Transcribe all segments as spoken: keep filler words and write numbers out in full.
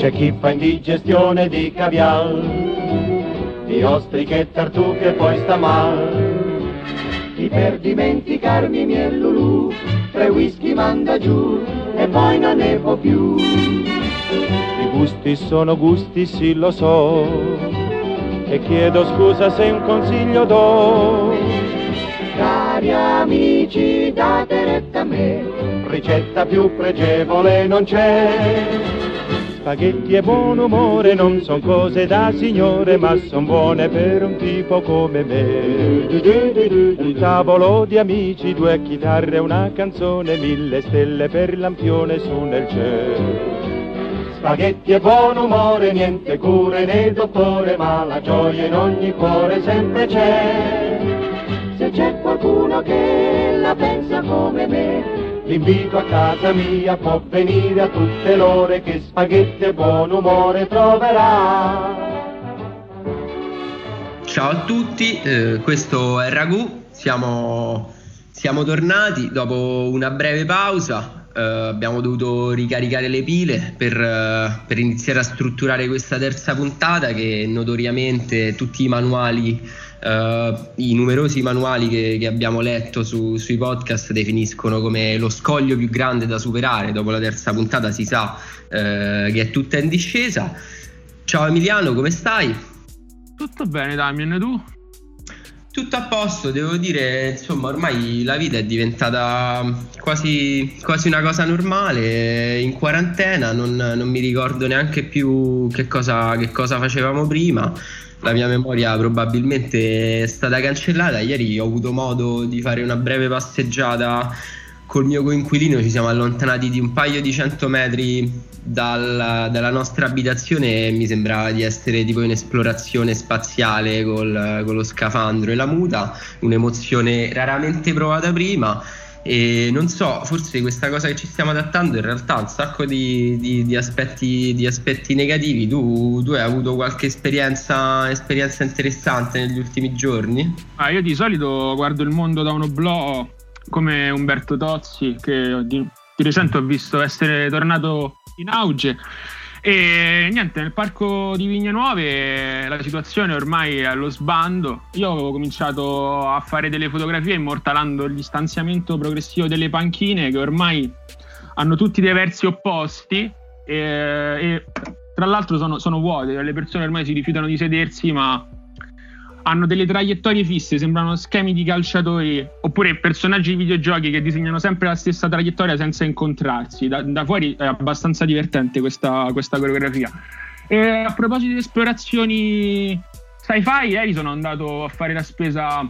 C'è chi fa indigestione di caviar, di ostriche e tartufe e poi sta mal. Chi per dimenticarmi miel lulù, tre whisky manda giù e poi non ne può più. I gusti sono gusti, sì lo so, e chiedo scusa se un consiglio do. Cari amici, date retta a me, ricetta più pregevole non c'è. Spaghetti e buon umore non son cose da signore, ma son buone per un tipo come me. Un tavolo di amici, due chitarre, una canzone, mille stelle per lampione su nel cielo. Spaghetti e buon umore, niente cure né dottore, ma la gioia in ogni cuore sempre c'è. Se c'è qualcuno che la pensa come me, l'invito a casa mia, può venire a tutte l'ore, che spaghetti e buon umore troverà. Ciao a tutti, eh, questo è Ragù, siamo, siamo tornati dopo una breve pausa. Uh, abbiamo dovuto ricaricare le pile per, uh, per iniziare a strutturare questa terza puntata, che notoriamente tutti i manuali, uh, i numerosi manuali che, che abbiamo letto su, sui podcast definiscono come lo scoglio più grande da superare. Dopo la terza puntata si sa uh, che è tutta in discesa. Ciao Emiliano, come stai? Tutto bene Damien, e tu? Tutto a posto, devo dire, insomma, ormai la vita è diventata quasi, quasi una cosa normale. In quarantena non, non mi ricordo neanche più che cosa, che cosa facevamo prima. La mia memoria probabilmente è stata cancellata. Ieri ho avuto modo di fare una breve passeggiata col mio coinquilino, ci siamo allontanati di un paio di cento metri dal, dalla nostra abitazione e mi sembrava di essere tipo in esplorazione spaziale col, con lo scafandro e la muta, un'emozione raramente provata prima. E non so, forse questa cosa che ci stiamo adattando in realtà ha un sacco di, di, di, aspetti, di aspetti negativi. Tu, tu hai avuto qualche esperienza, esperienza interessante negli ultimi giorni? Ah, io di solito guardo il mondo da uno oblò come Umberto Tozzi, che di, di recente ho visto essere tornato in auge. E niente, nel parco di Vigne Nuove la situazione ormai è allo sbando. Io avevo cominciato a fare delle fotografie immortalando il distanziamento progressivo delle panchine, che ormai hanno tutti dei versi opposti e, e tra l'altro sono, sono vuote. Le persone ormai si rifiutano di sedersi, ma hanno delle traiettorie fisse, sembrano schemi di calciatori oppure personaggi di videogiochi che disegnano sempre la stessa traiettoria senza incontrarsi. Da, da fuori è abbastanza divertente questa, questa coreografia. E a proposito di esplorazioni sci-fi, ieri sono andato a fare la spesa a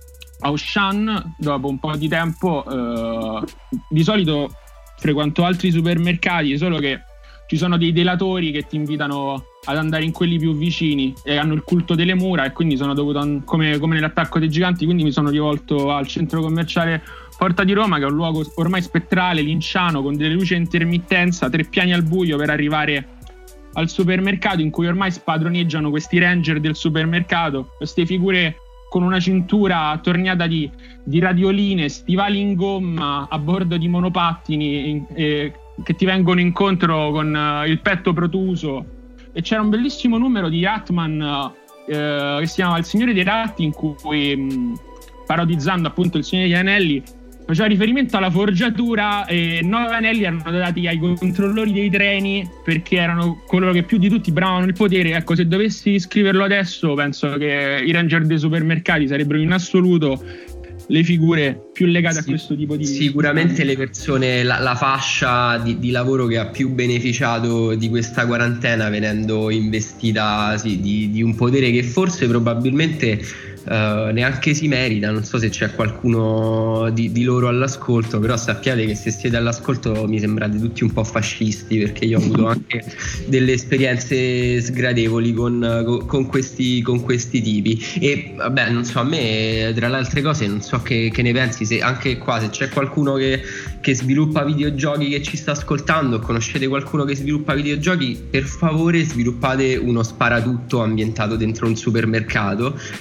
Auchan dopo un po' di tempo. Eh, di solito frequento altri supermercati, solo che ci sono dei delatori che ti invitano ad andare in quelli più vicini e hanno il culto delle mura, e quindi sono dovuto, come, come nell'attacco dei giganti, quindi mi sono rivolto al centro commerciale Porta di Roma, che è un luogo ormai spettrale, linciano, con delle luci a intermittenza, tre piani al buio per arrivare al supermercato, in cui ormai spadroneggiano questi ranger del supermercato, queste figure con una cintura attorniata di, di radioline, stivali in gomma a bordo di monopattini eh, che ti vengono incontro con uh, il petto protuso. E c'era un bellissimo numero di Ratman uh, che si chiamava Il Signore dei Ratti, in cui mh, parodizzando appunto Il Signore degli Anelli faceva riferimento alla forgiatura, e nove anelli erano dati ai controllori dei treni perché erano coloro che più di tutti bramavano il potere. Ecco, se dovessi scriverlo adesso penso che i ranger dei supermercati sarebbero in assoluto le figure più legate sì, a questo tipo di... Sicuramente le persone, la, la fascia di, di lavoro che ha più beneficiato di questa quarantena, venendo investita sì, di, di un potere che forse probabilmente uh, neanche si merita. Non so se c'è qualcuno di, di loro all'ascolto, però sappiate che se siete all'ascolto mi sembrate tutti un po' fascisti, perché io ho avuto anche delle esperienze sgradevoli con, con, questi, con questi tipi. E vabbè, non so, a me tra le altre cose non so che, che ne pensi, se anche qua se c'è qualcuno che, che sviluppa videogiochi che ci sta ascoltando, conoscete qualcuno che sviluppa videogiochi, per favore sviluppate uno sparatutto ambientato dentro un supermercato, perché io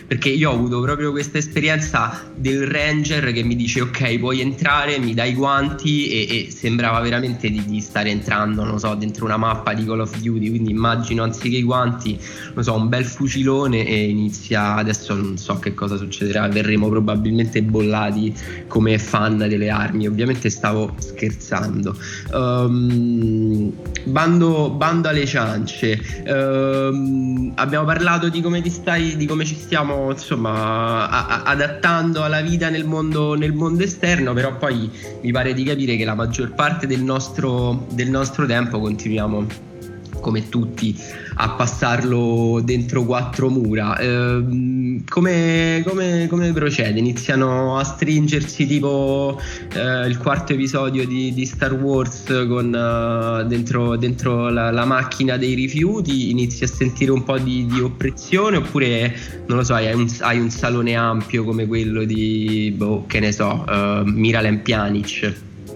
io ho avuto proprio questa esperienza del ranger che mi dice ok, puoi entrare, mi dai i guanti, e, e sembrava veramente di, di stare entrando, non so, dentro una mappa di Call of Duty, quindi immagino anziché i guanti, non so, un bel fucilone, e inizia, adesso non so che cosa succederà, verremo probabilmente bollati come fan delle armi, ovviamente stavo scherzando. Um, bando, bando alle ciance, um, abbiamo parlato di come ti stai, di come ci stiamo insomma a, a, adattando alla vita nel mondo, nel mondo esterno, però poi mi pare di capire che la maggior parte del nostro, del nostro tempo continuiamo, come tutti, a passarlo dentro quattro mura. Eh, come, come, come procede? Iniziano a stringersi tipo eh, il quarto episodio di, di Star Wars con uh, dentro, dentro la, la macchina dei rifiuti, inizi a sentire un po' di, di oppressione, oppure non lo so, hai un, hai un salone ampio come quello di, boh, che ne so, uh, Miralem Pjanic?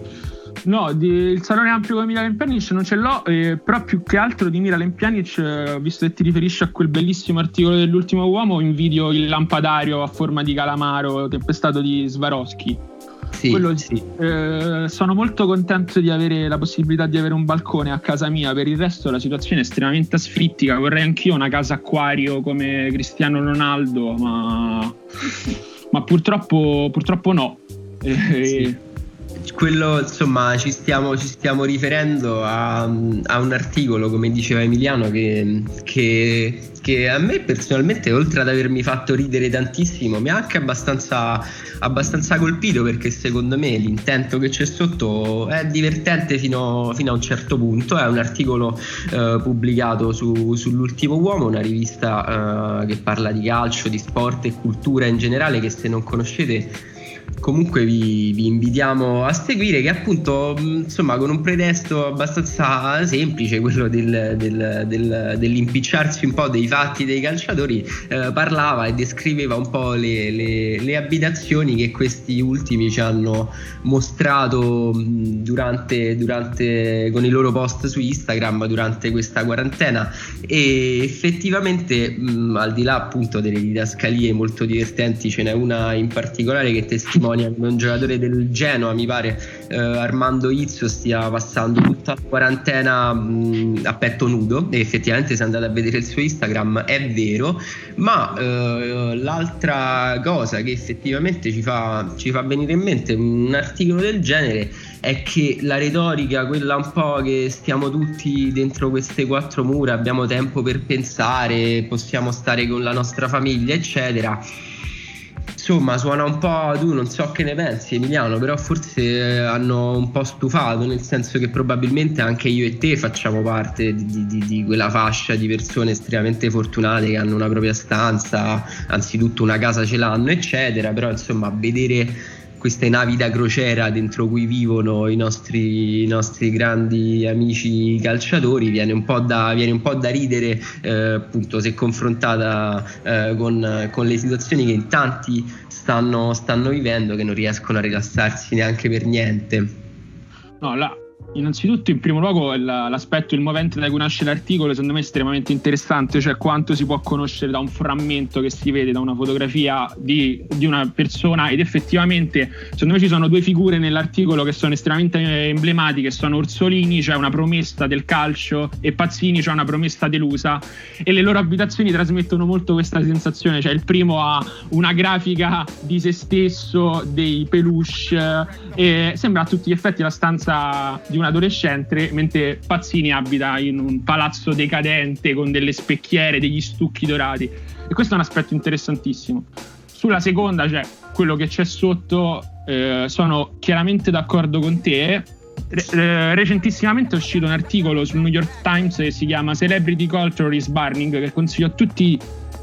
No, di, il salone ampio come Miralem Pjanic non ce l'ho, eh, però più che altro di Miralem Pjanic, eh, visto che ti riferisci a quel bellissimo articolo dell'Ultimo Uomo, invidio il lampadario a forma di calamaro tempestato di Swarovski. Sì, Quello, sì. Eh, sono molto contento di avere la possibilità di avere un balcone a casa mia. Per il resto la situazione è estremamente asfittica. Vorrei anch'io una casa acquario come Cristiano Ronaldo, ma, ma purtroppo, purtroppo no. Eh, sì. Quello, insomma, ci stiamo, ci stiamo riferendo a, a un articolo, come diceva Emiliano, che, che, che a me personalmente, oltre ad avermi fatto ridere tantissimo, mi ha anche abbastanza, abbastanza colpito, perché secondo me l'intento che c'è sotto è divertente fino, fino a un certo punto. È un articolo eh, pubblicato su, sull'Ultimo Uomo, una rivista eh, che parla di calcio, di sport e cultura in generale, che se non conoscete comunque vi, vi invitiamo a seguire, che appunto insomma con un pretesto abbastanza semplice, quello del, del, del, dell'impicciarsi un po' dei fatti dei calciatori, eh, parlava e descriveva un po' le, le, le abitazioni che questi ultimi ci hanno mostrato durante, durante con i loro post su Instagram durante questa quarantena, e effettivamente mh, al di là appunto delle didascalie molto divertenti, ce n'è una in particolare che testimonia come un giocatore del Genoa, mi pare, eh, Armando Izzo, stia passando tutta la quarantena mh, a petto nudo, e effettivamente se andate a vedere il suo Instagram è vero. Ma eh, l'altra cosa che effettivamente ci fa, ci fa venire in mente un articolo del genere è che la retorica, quella un po' che stiamo tutti dentro queste quattro mura, abbiamo tempo per pensare, possiamo stare con la nostra famiglia eccetera, insomma suona un po', tu non so che ne pensi Emiliano, però forse hanno un po' stufato, nel senso che probabilmente anche io e te facciamo parte di, di, di quella fascia di persone estremamente fortunate che hanno una propria stanza, anzitutto una casa ce l'hanno eccetera, però insomma vedere queste navi da crociera dentro cui vivono i nostri, i nostri grandi amici calciatori viene un po' da, viene un po' da ridere, eh, appunto se confrontata eh, con, con le situazioni che in tanti stanno, stanno vivendo, che non riescono a rilassarsi neanche per niente. No, là, innanzitutto in primo luogo l'aspetto, il movente da cui nasce l'articolo secondo me è estremamente interessante, cioè quanto si può conoscere da un frammento che si vede da una fotografia di, di una persona, ed effettivamente secondo me ci sono due figure nell'articolo che sono estremamente emblematiche, sono Orsolini, cioè una promessa del calcio, e Pazzini, cioè una promessa delusa, e le loro abitazioni trasmettono molto questa sensazione, cioè il primo ha una grafica di se stesso, dei peluche, e sembra a tutti gli effetti la stanza di un adolescente, mentre Pazzini abita in un palazzo decadente con delle specchiere, degli stucchi dorati, e questo è un aspetto interessantissimo. Sulla seconda, cioè quello che c'è sotto, eh, sono chiaramente d'accordo con te. Re- recentissimamente è uscito un articolo sul New York Times che si chiama Celebrity Culture is Burning, che consiglio a tutti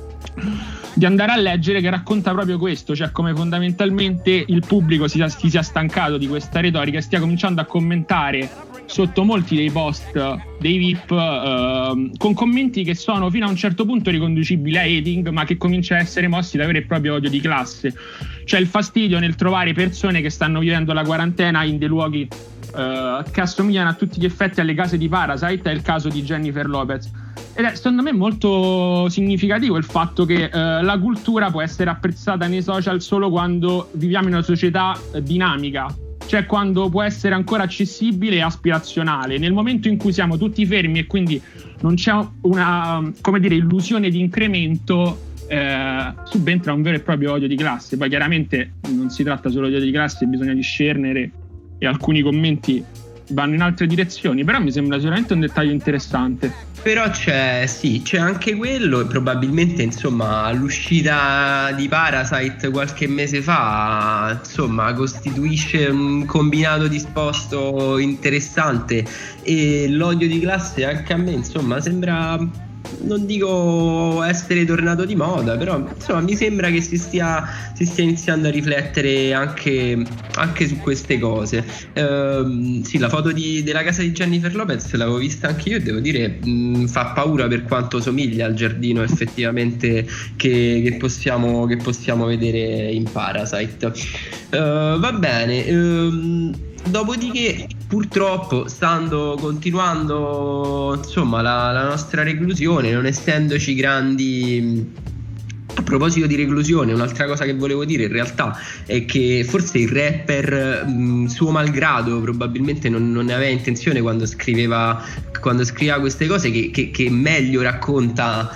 di andare a leggere, che racconta proprio questo, cioè come fondamentalmente il pubblico si sia, si sia stancato di questa retorica e stia cominciando a commentare sotto molti dei post dei V I P eh, con commenti che sono fino a un certo punto riconducibili a hating, ma che comincia a essere mossi da vero e proprio odio di classe, cioè il fastidio nel trovare persone che stanno vivendo la quarantena in dei luoghi uh, che assomigliano a tutti gli effetti alle case di Parasite, è il caso di Jennifer Lopez. Ed è secondo me molto significativo il fatto che uh, la cultura può essere apprezzata nei social solo quando viviamo in una società uh, dinamica, cioè quando può essere ancora accessibile e aspirazionale. Nel momento in cui siamo tutti fermi e quindi non c'è una, come dire, illusione di incremento, eh, subentra un vero e proprio odio di classe. Poi chiaramente non si tratta solo di odio di classe, bisogna discernere e alcuni commenti vanno in altre direzioni, però mi sembra sicuramente un dettaglio interessante. Però c'è, sì, c'è anche quello, e probabilmente insomma l'uscita di Parasite qualche mese fa insomma costituisce un combinato disposto interessante, e l'odio di classe anche a me insomma sembra, non dico essere tornato di moda, però insomma mi sembra che si stia, si stia iniziando a riflettere anche, anche su queste cose. Ehm, sì, la foto di, della casa di Jennifer Lopez l'avevo vista anche io e devo dire mh, fa paura per quanto somiglia al giardino effettivamente che, che, possiamo, che possiamo vedere in Parasite. Ehm, va bene. Ehm, Dopodiché, purtroppo, stando continuando insomma la, la nostra reclusione, non essendoci grandi. A proposito di reclusione, un'altra cosa che volevo dire in realtà è che forse il rapper, mh, suo malgrado, probabilmente non, non ne aveva intenzione quando scriveva, quando scriveva queste cose, che, che, che meglio racconta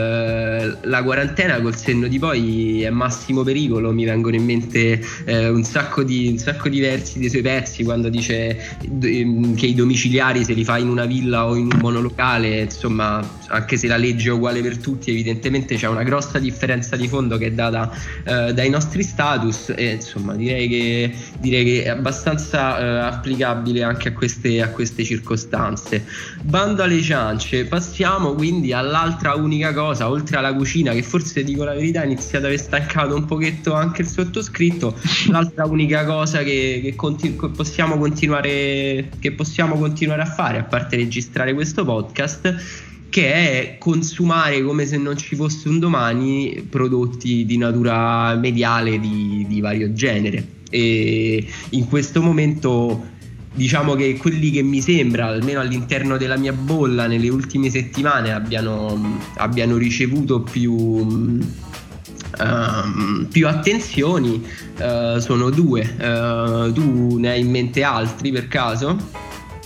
eh, la quarantena. Col senno di poi è massimo pericolo. Mi vengono in mente eh, un sacco di un sacco di versi dei suoi pezzi, quando dice d- che i domiciliari se li fa in una villa o in un monolocale, insomma, anche se la legge è uguale per tutti, evidentemente c'è una grossa differenza di fondo che è data eh, dai nostri status, e insomma direi che, direi che è abbastanza eh, applicabile anche a queste, a queste circostanze. Bando alle ciance, passiamo quindi all'altra unica cosa, oltre alla cucina, che forse, dico la verità, ha iniziato ad aver stancato un pochetto anche il sottoscritto. L'altra unica cosa che, che continu- possiamo continuare che possiamo continuare a fare, a parte registrare questo podcast, che è consumare come se non ci fosse un domani prodotti di natura mediale di, di vario genere. E in questo momento diciamo che quelli che mi sembra, almeno all'interno della mia bolla, nelle ultime settimane abbiano, abbiano ricevuto più, um, più attenzioni uh, sono due. Uh, tu ne hai in mente altri per caso?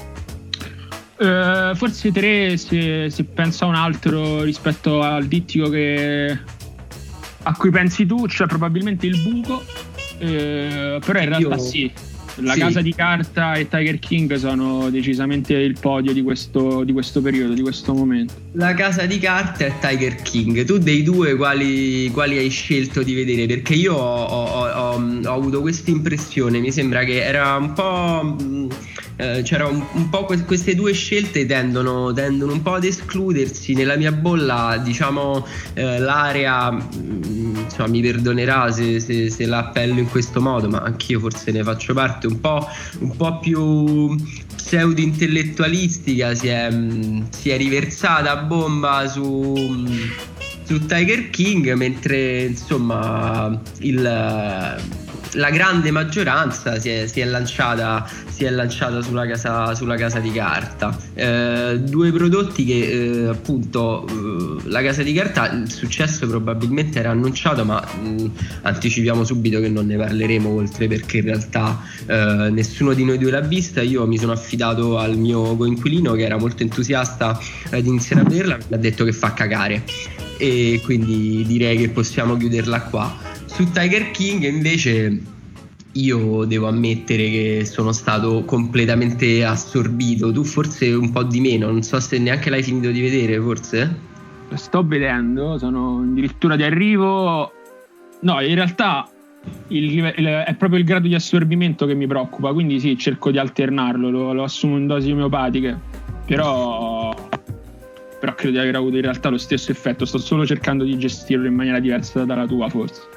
Uh, forse tre, se, se penso a un altro rispetto al dittico che a cui pensi tu, cioè probabilmente Il Buco, uh, però in realtà Io... sì, La sì. Casa di Carta e Tiger King sono decisamente il podio di questo, di questo periodo, di questo momento. La Casa di Carta e Tiger King. Tu dei due quali, quali hai scelto di vedere? Perché io ho, ho, ho, ho avuto questa impressione, mi sembra che era un po'... Eh, c'era un, un po' que- queste due scelte tendono, tendono un po' ad escludersi. Nella mia bolla, diciamo, eh, l'area, mh, insomma, mi perdonerà se, se, se la appello in questo modo, ma anch'io forse ne faccio parte, un po', un po' più pseudo intellettualistica, si è, mh, si è riversata a bomba su, mh, su Tiger King, mentre insomma il la grande maggioranza si è, si è lanciata si è lanciata sulla casa, sulla casa di carta. Eh, due prodotti che eh, appunto eh, La Casa di Carta, il successo probabilmente era annunciato, ma mh, anticipiamo subito che non ne parleremo oltre, perché in realtà eh, nessuno di noi due l'ha vista. Io mi sono affidato al mio coinquilino, che era molto entusiasta eh, di iniziare a vederla, mi ha detto che fa cagare, e quindi direi che possiamo chiuderla qua. Su Tiger King invece io devo ammettere che sono stato completamente assorbito. Tu forse un po' di meno, non so se neanche l'hai finito di vedere, forse? Lo sto vedendo, sono addirittura di arrivo. No, in realtà il, il, è proprio il grado di assorbimento che mi preoccupa, quindi sì, cerco di alternarlo, lo, lo assumo in dosi omeopatiche, però... però credo di aver avuto in realtà lo stesso effetto. Sto solo cercando di gestirlo in maniera diversa dalla tua, forse.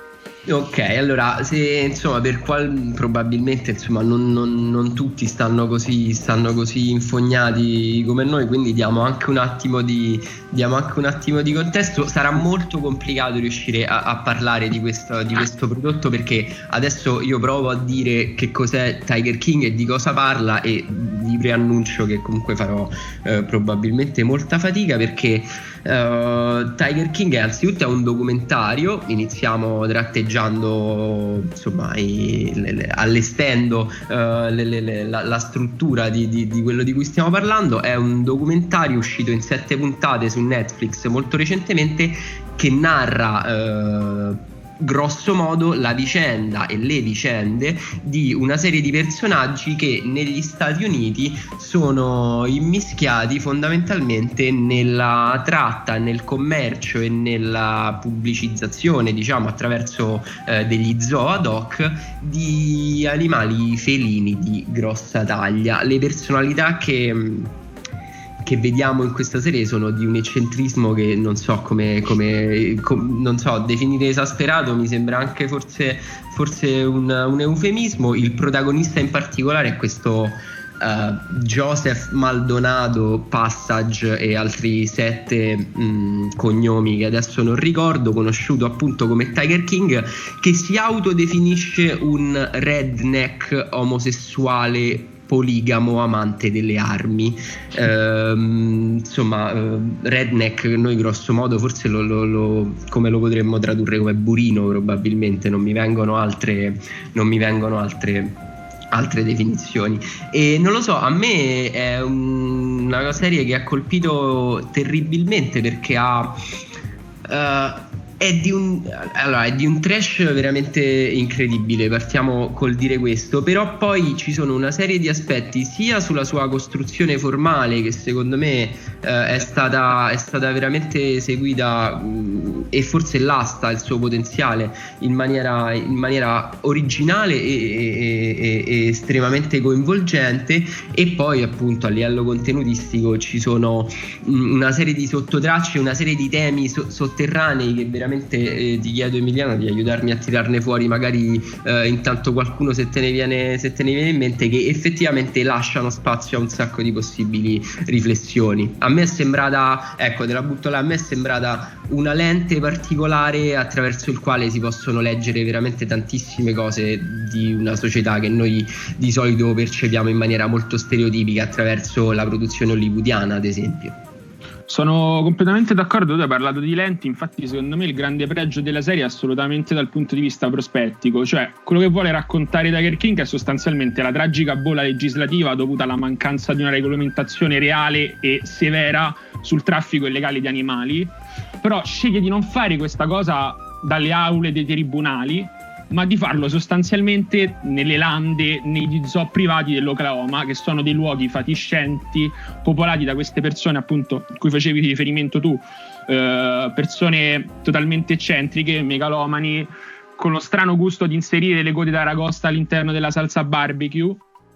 Ok, allora se insomma per qual probabilmente insomma non, non, non tutti stanno così stanno così infognati come noi, quindi diamo anche un attimo di diamo anche un attimo di contesto. Sarà molto complicato riuscire a, a parlare di questo, di questo prodotto, perché adesso io provo a dire che cos'è Tiger King e di cosa parla, e vi preannuncio che comunque farò eh, probabilmente molta fatica, perché Uh, Tiger King è anzitutto è un documentario. Iniziamo tratteggiando, insomma, i, le, le, allestendo uh, le, le, le, la, la struttura di, di, di quello di cui stiamo parlando. È un documentario uscito in sette puntate su Netflix molto recentemente, che narra uh, grosso modo la vicenda e le vicende di una serie di personaggi che negli Stati Uniti sono immischiati fondamentalmente nella tratta, nel commercio e nella pubblicizzazione, diciamo attraverso eh, degli zoo ad hoc, di animali felini di grossa taglia. Le personalità che che vediamo in questa serie sono di un eccentrismo che non so come, come com, non so definire esasperato, mi sembra anche forse, forse un, un eufemismo. Il protagonista in particolare è questo uh, Joseph Maldonado Passage e altri sette mh, cognomi che adesso non ricordo, conosciuto appunto come Tiger King, che si autodefinisce un redneck omosessuale poligamo amante delle armi. Ehm, insomma, eh, redneck noi grosso modo forse lo, lo, lo, come lo potremmo tradurre come burino, probabilmente. Non mi vengono altre non mi vengono altre altre definizioni, e non lo so, a me è un, una serie che ha colpito terribilmente, perché ha uh, È di, un, allora, è di un trash veramente incredibile, partiamo col dire questo, però poi ci sono una serie di aspetti sia sulla sua costruzione formale, che secondo me eh, è, stata, è stata veramente eseguita, mh, e forse là sta il suo potenziale, in maniera, in maniera originale e, e, e, e estremamente coinvolgente, e poi appunto a livello contenutistico ci sono mh, una serie di sottotracce, una serie di temi so- sotterranei che veramente Eh, ti chiedo, Emiliano, di aiutarmi a tirarne fuori magari eh, intanto qualcuno, se te ne viene se te ne viene in mente, che effettivamente lasciano spazio a un sacco di possibili riflessioni. A me è sembrata, ecco, te la butto là, a me è sembrata una lente particolare attraverso il quale si possono leggere veramente tantissime cose di una società che noi di solito percepiamo in maniera molto stereotipica attraverso la produzione hollywoodiana, ad esempio. Sono completamente d'accordo, tu hai parlato di lenti, infatti secondo me il grande pregio della serie è assolutamente dal punto di vista prospettico, cioè quello che vuole raccontare Tiger King è sostanzialmente la tragica bolla legislativa dovuta alla mancanza di una regolamentazione reale e severa sul traffico illegale di animali, però sceglie di non fare questa cosa dalle aule dei tribunali, ma di farlo sostanzialmente nelle lande, negli zoo privati dell'Oklahoma, che sono dei luoghi fatiscenti, popolati da queste persone appunto a cui facevi riferimento tu, eh, persone totalmente eccentriche, megalomani, con lo strano gusto di inserire le code d'aragosta all'interno della salsa barbecue.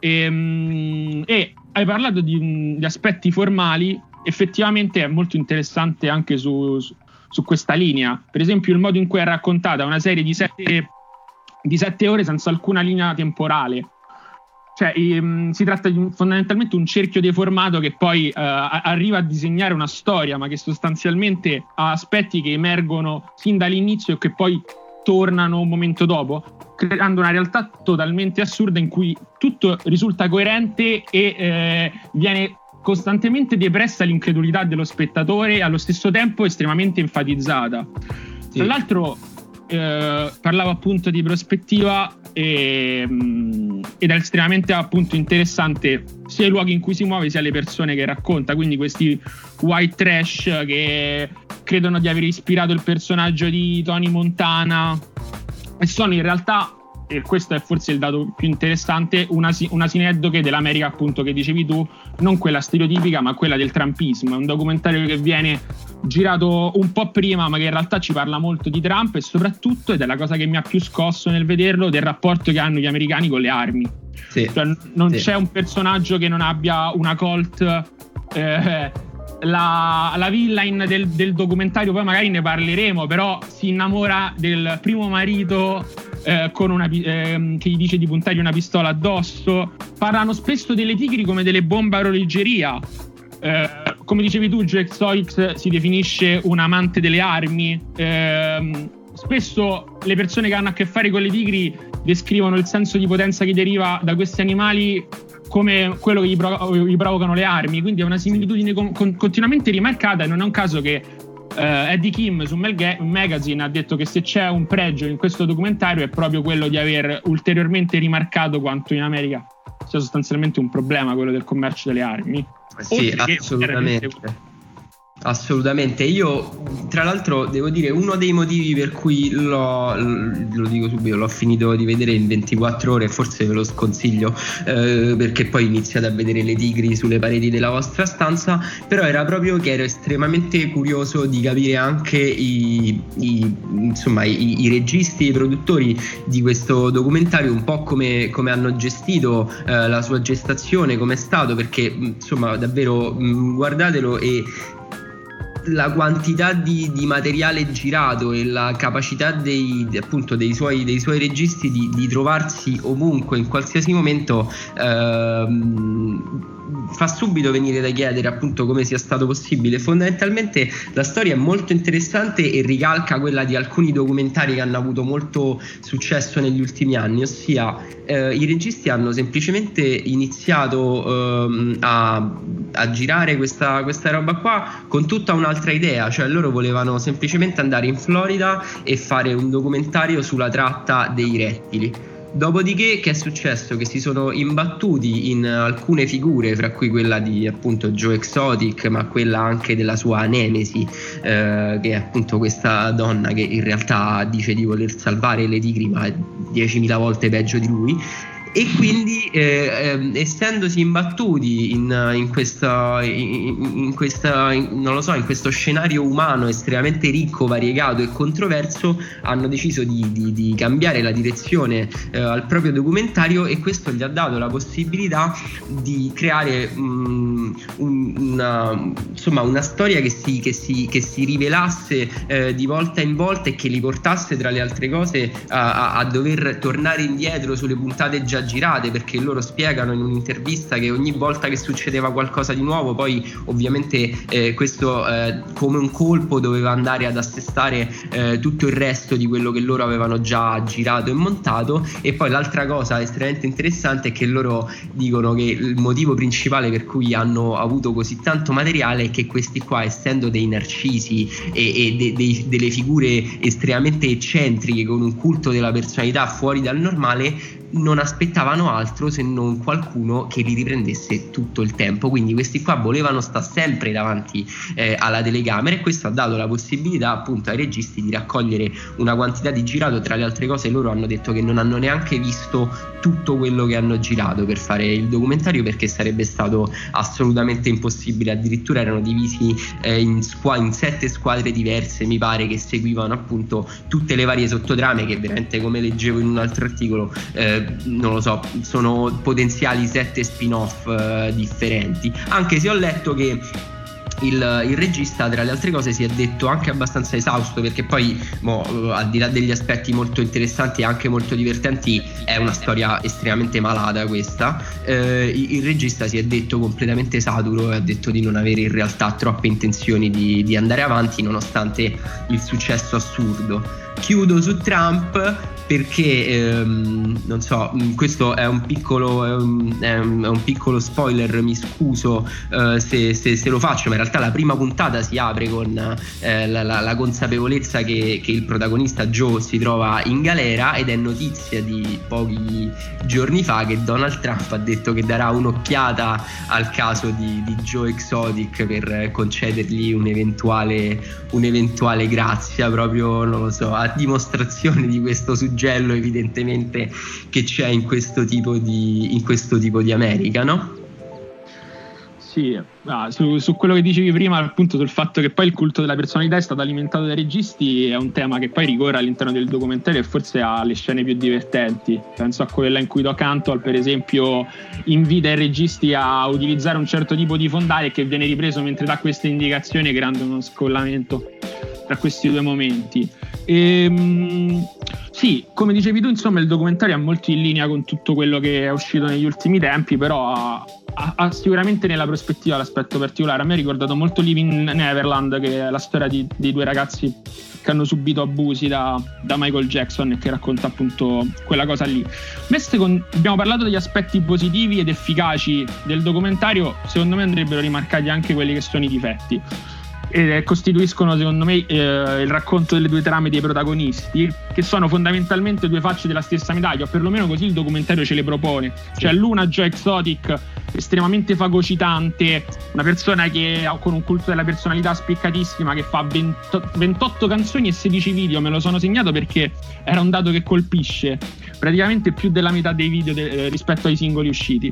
E, e hai parlato di, di aspetti formali, effettivamente è molto interessante anche su, su, su questa linea. Per esempio il modo in cui è raccontata una serie di sette di sette ore senza alcuna linea temporale, cioè um, si tratta di un, fondamentalmente un cerchio deformato che poi uh, arriva a disegnare una storia, ma che sostanzialmente ha aspetti che emergono fin dall'inizio e che poi tornano un momento dopo, creando una realtà totalmente assurda in cui tutto risulta coerente e eh, viene costantemente depressa l'incredulità dello spettatore e allo stesso tempo estremamente enfatizzata. Sì. Tra l'altro Eh, parlavo appunto di prospettiva e, mh, ed è estremamente appunto interessante sia i luoghi in cui si muove sia le persone che racconta, quindi questi white trash che credono di aver ispirato il personaggio di Tony Montana e sono in realtà, e questo è forse il dato più interessante, una, una sineddoche dell'America appunto che dicevi tu, non quella stereotipica ma quella del trumpismo. È un documentario che viene girato un po' prima ma che in realtà ci parla molto di Trump e soprattutto, ed è la cosa che mi ha più scosso nel vederlo, del rapporto che hanno gli americani con le armi. Sì, cioè, non sì. c'è un personaggio che non abbia una Colt eh, la, la villain del, del documentario, poi magari ne parleremo, però si innamora del primo marito eh, con una, eh, che gli dice di puntargli una pistola addosso. Parlano spesso delle tigri come delle bombe a orologeria. Eh, come dicevi tu, Joe Exotic si definisce un amante delle armi. Eh, spesso le persone che hanno a che fare con le tigri descrivono il senso di potenza che deriva da questi animali come quello che gli, provo- gli provocano le armi, quindi è una similitudine con- con- continuamente rimarcata, e non è un caso che eh, Eddie Kim su Mel Ga- Magazine ha detto che se c'è un pregio in questo documentario è proprio quello di aver ulteriormente rimarcato quanto in America sia sostanzialmente un problema quello del commercio delle armi. Sì, assolutamente. Assolutamente. Io tra l'altro devo dire, uno dei motivi per cui l'ho, lo dico subito, l'ho finito di vedere in ventiquattro ore, forse ve lo sconsiglio eh, perché poi iniziate a vedere le tigri sulle pareti della vostra stanza, però era proprio che ero estremamente curioso di capire anche i, i, insomma, i, i registi e i produttori di questo documentario, un po' come, come hanno gestito eh, la sua gestazione, come è stato, perché insomma davvero mh, guardatelo, e la quantità di, di materiale girato e la capacità dei, appunto dei suoi, dei suoi registi di, di trovarsi ovunque in qualsiasi momento ehm, fa subito venire da chiedere appunto come sia stato possibile. Fondamentalmente la storia è molto interessante e ricalca quella di alcuni documentari che hanno avuto molto successo negli ultimi anni, ossia eh, i registi hanno semplicemente iniziato ehm, a, a girare questa, questa roba qua con tutta un'altra idea, cioè loro volevano semplicemente andare in Florida e fare un documentario sulla tratta dei rettili. Dopodiché che è successo? Che si sono imbattuti in alcune figure, fra cui quella di appunto Joe Exotic, ma quella anche della sua nemesi, eh, che è appunto questa donna che in realtà dice di voler salvare le tigri, ma è diecimila volte peggio di lui. E quindi eh, eh, essendosi imbattuti in, in questa, in, in questa in, non lo so, in questo scenario umano estremamente ricco, variegato e controverso, hanno deciso di, di, di cambiare la direzione eh, al proprio documentario, e questo gli ha dato la possibilità di creare um, una, insomma, una storia che si, che si, che si rivelasse eh, di volta in volta e che li portasse, tra le altre cose, a, a, a dover tornare indietro sulle puntate già girate, perché loro spiegano in un'intervista che ogni volta che succedeva qualcosa di nuovo, poi ovviamente eh, questo eh, come un colpo doveva andare ad assestare eh, tutto il resto di quello che loro avevano già girato e montato. E poi l'altra cosa estremamente interessante è che loro dicono che il motivo principale per cui hanno avuto così tanto materiale è che questi qua, essendo dei narcisi e, e de, de, delle figure estremamente eccentriche con un culto della personalità fuori dal normale, non aspettavano altro se non qualcuno che li riprendesse tutto il tempo. Quindi questi qua volevano stare sempre davanti eh, alla telecamera, e questo ha dato la possibilità appunto ai registi di raccogliere una quantità di girato. Tra le altre cose, loro hanno detto che non hanno neanche visto tutto quello che hanno girato per fare il documentario, perché sarebbe stato assolutamente impossibile. Addirittura erano divisi eh, in, squa- in sette squadre diverse, mi pare, che seguivano appunto tutte le varie sottotrame, che veramente, come leggevo in un altro articolo, eh, non lo so, sono potenziali sette spin-off eh, differenti. Anche se ho letto che Il, il regista, tra le altre cose, si è detto anche abbastanza esausto, perché poi mo, al di là degli aspetti molto interessanti e anche molto divertenti, è una storia estremamente malata questa. Eh, il, il regista si è detto completamente saturo e ha detto di non avere in realtà troppe intenzioni di, di andare avanti, nonostante il successo assurdo. Chiudo su Trump perché ehm, non so, questo è un piccolo è un, è un, è un piccolo spoiler, mi scuso eh, se, se, se lo faccio, ma in realtà la prima puntata si apre con eh, la, la, la consapevolezza che, che il protagonista Joe si trova in galera, ed è notizia di pochi giorni fa che Donald Trump ha detto che darà un'occhiata al caso di, di Joe Exotic per concedergli un'eventuale, un'eventuale grazia, proprio, non lo so, a dimostrazione di questo suggello evidentemente che c'è in questo tipo di in questo tipo di America, no? Sì, ah, su, su quello che dicevi prima, appunto sul fatto che poi il culto della personalità è stato alimentato dai registi, è un tema che poi ricorre all'interno del documentario e forse ha le scene più divertenti. Penso a quella in cui Doc Antle, per esempio, invita i registi a utilizzare un certo tipo di fondale che viene ripreso mentre dà queste indicazioni, creando uno scollamento tra questi due momenti. E, sì, come dicevi tu, insomma, il documentario è molto in linea con tutto quello che è uscito negli ultimi tempi, però ha, ha, ha sicuramente nella prospettiva l'aspetto particolare. A me ha ricordato molto Living Neverland, che è la storia di, di due ragazzi che hanno subito abusi da, da Michael Jackson e che racconta appunto quella cosa lì. Secondo, abbiamo parlato degli aspetti positivi ed efficaci del documentario, secondo me andrebbero rimarcati anche quelli che sono i difetti, e costituiscono secondo me eh, il racconto delle due trame dei protagonisti, che sono fondamentalmente due facce della stessa medaglia, o perlomeno così il documentario ce le propone. Cioè l'una, Joe Exotic, estremamente fagocitante, una persona che con un culto della personalità spiccatissima, che fa ventotto canzoni e sedici video, me lo sono segnato perché era un dato che colpisce, praticamente più della metà dei video de- rispetto ai singoli usciti.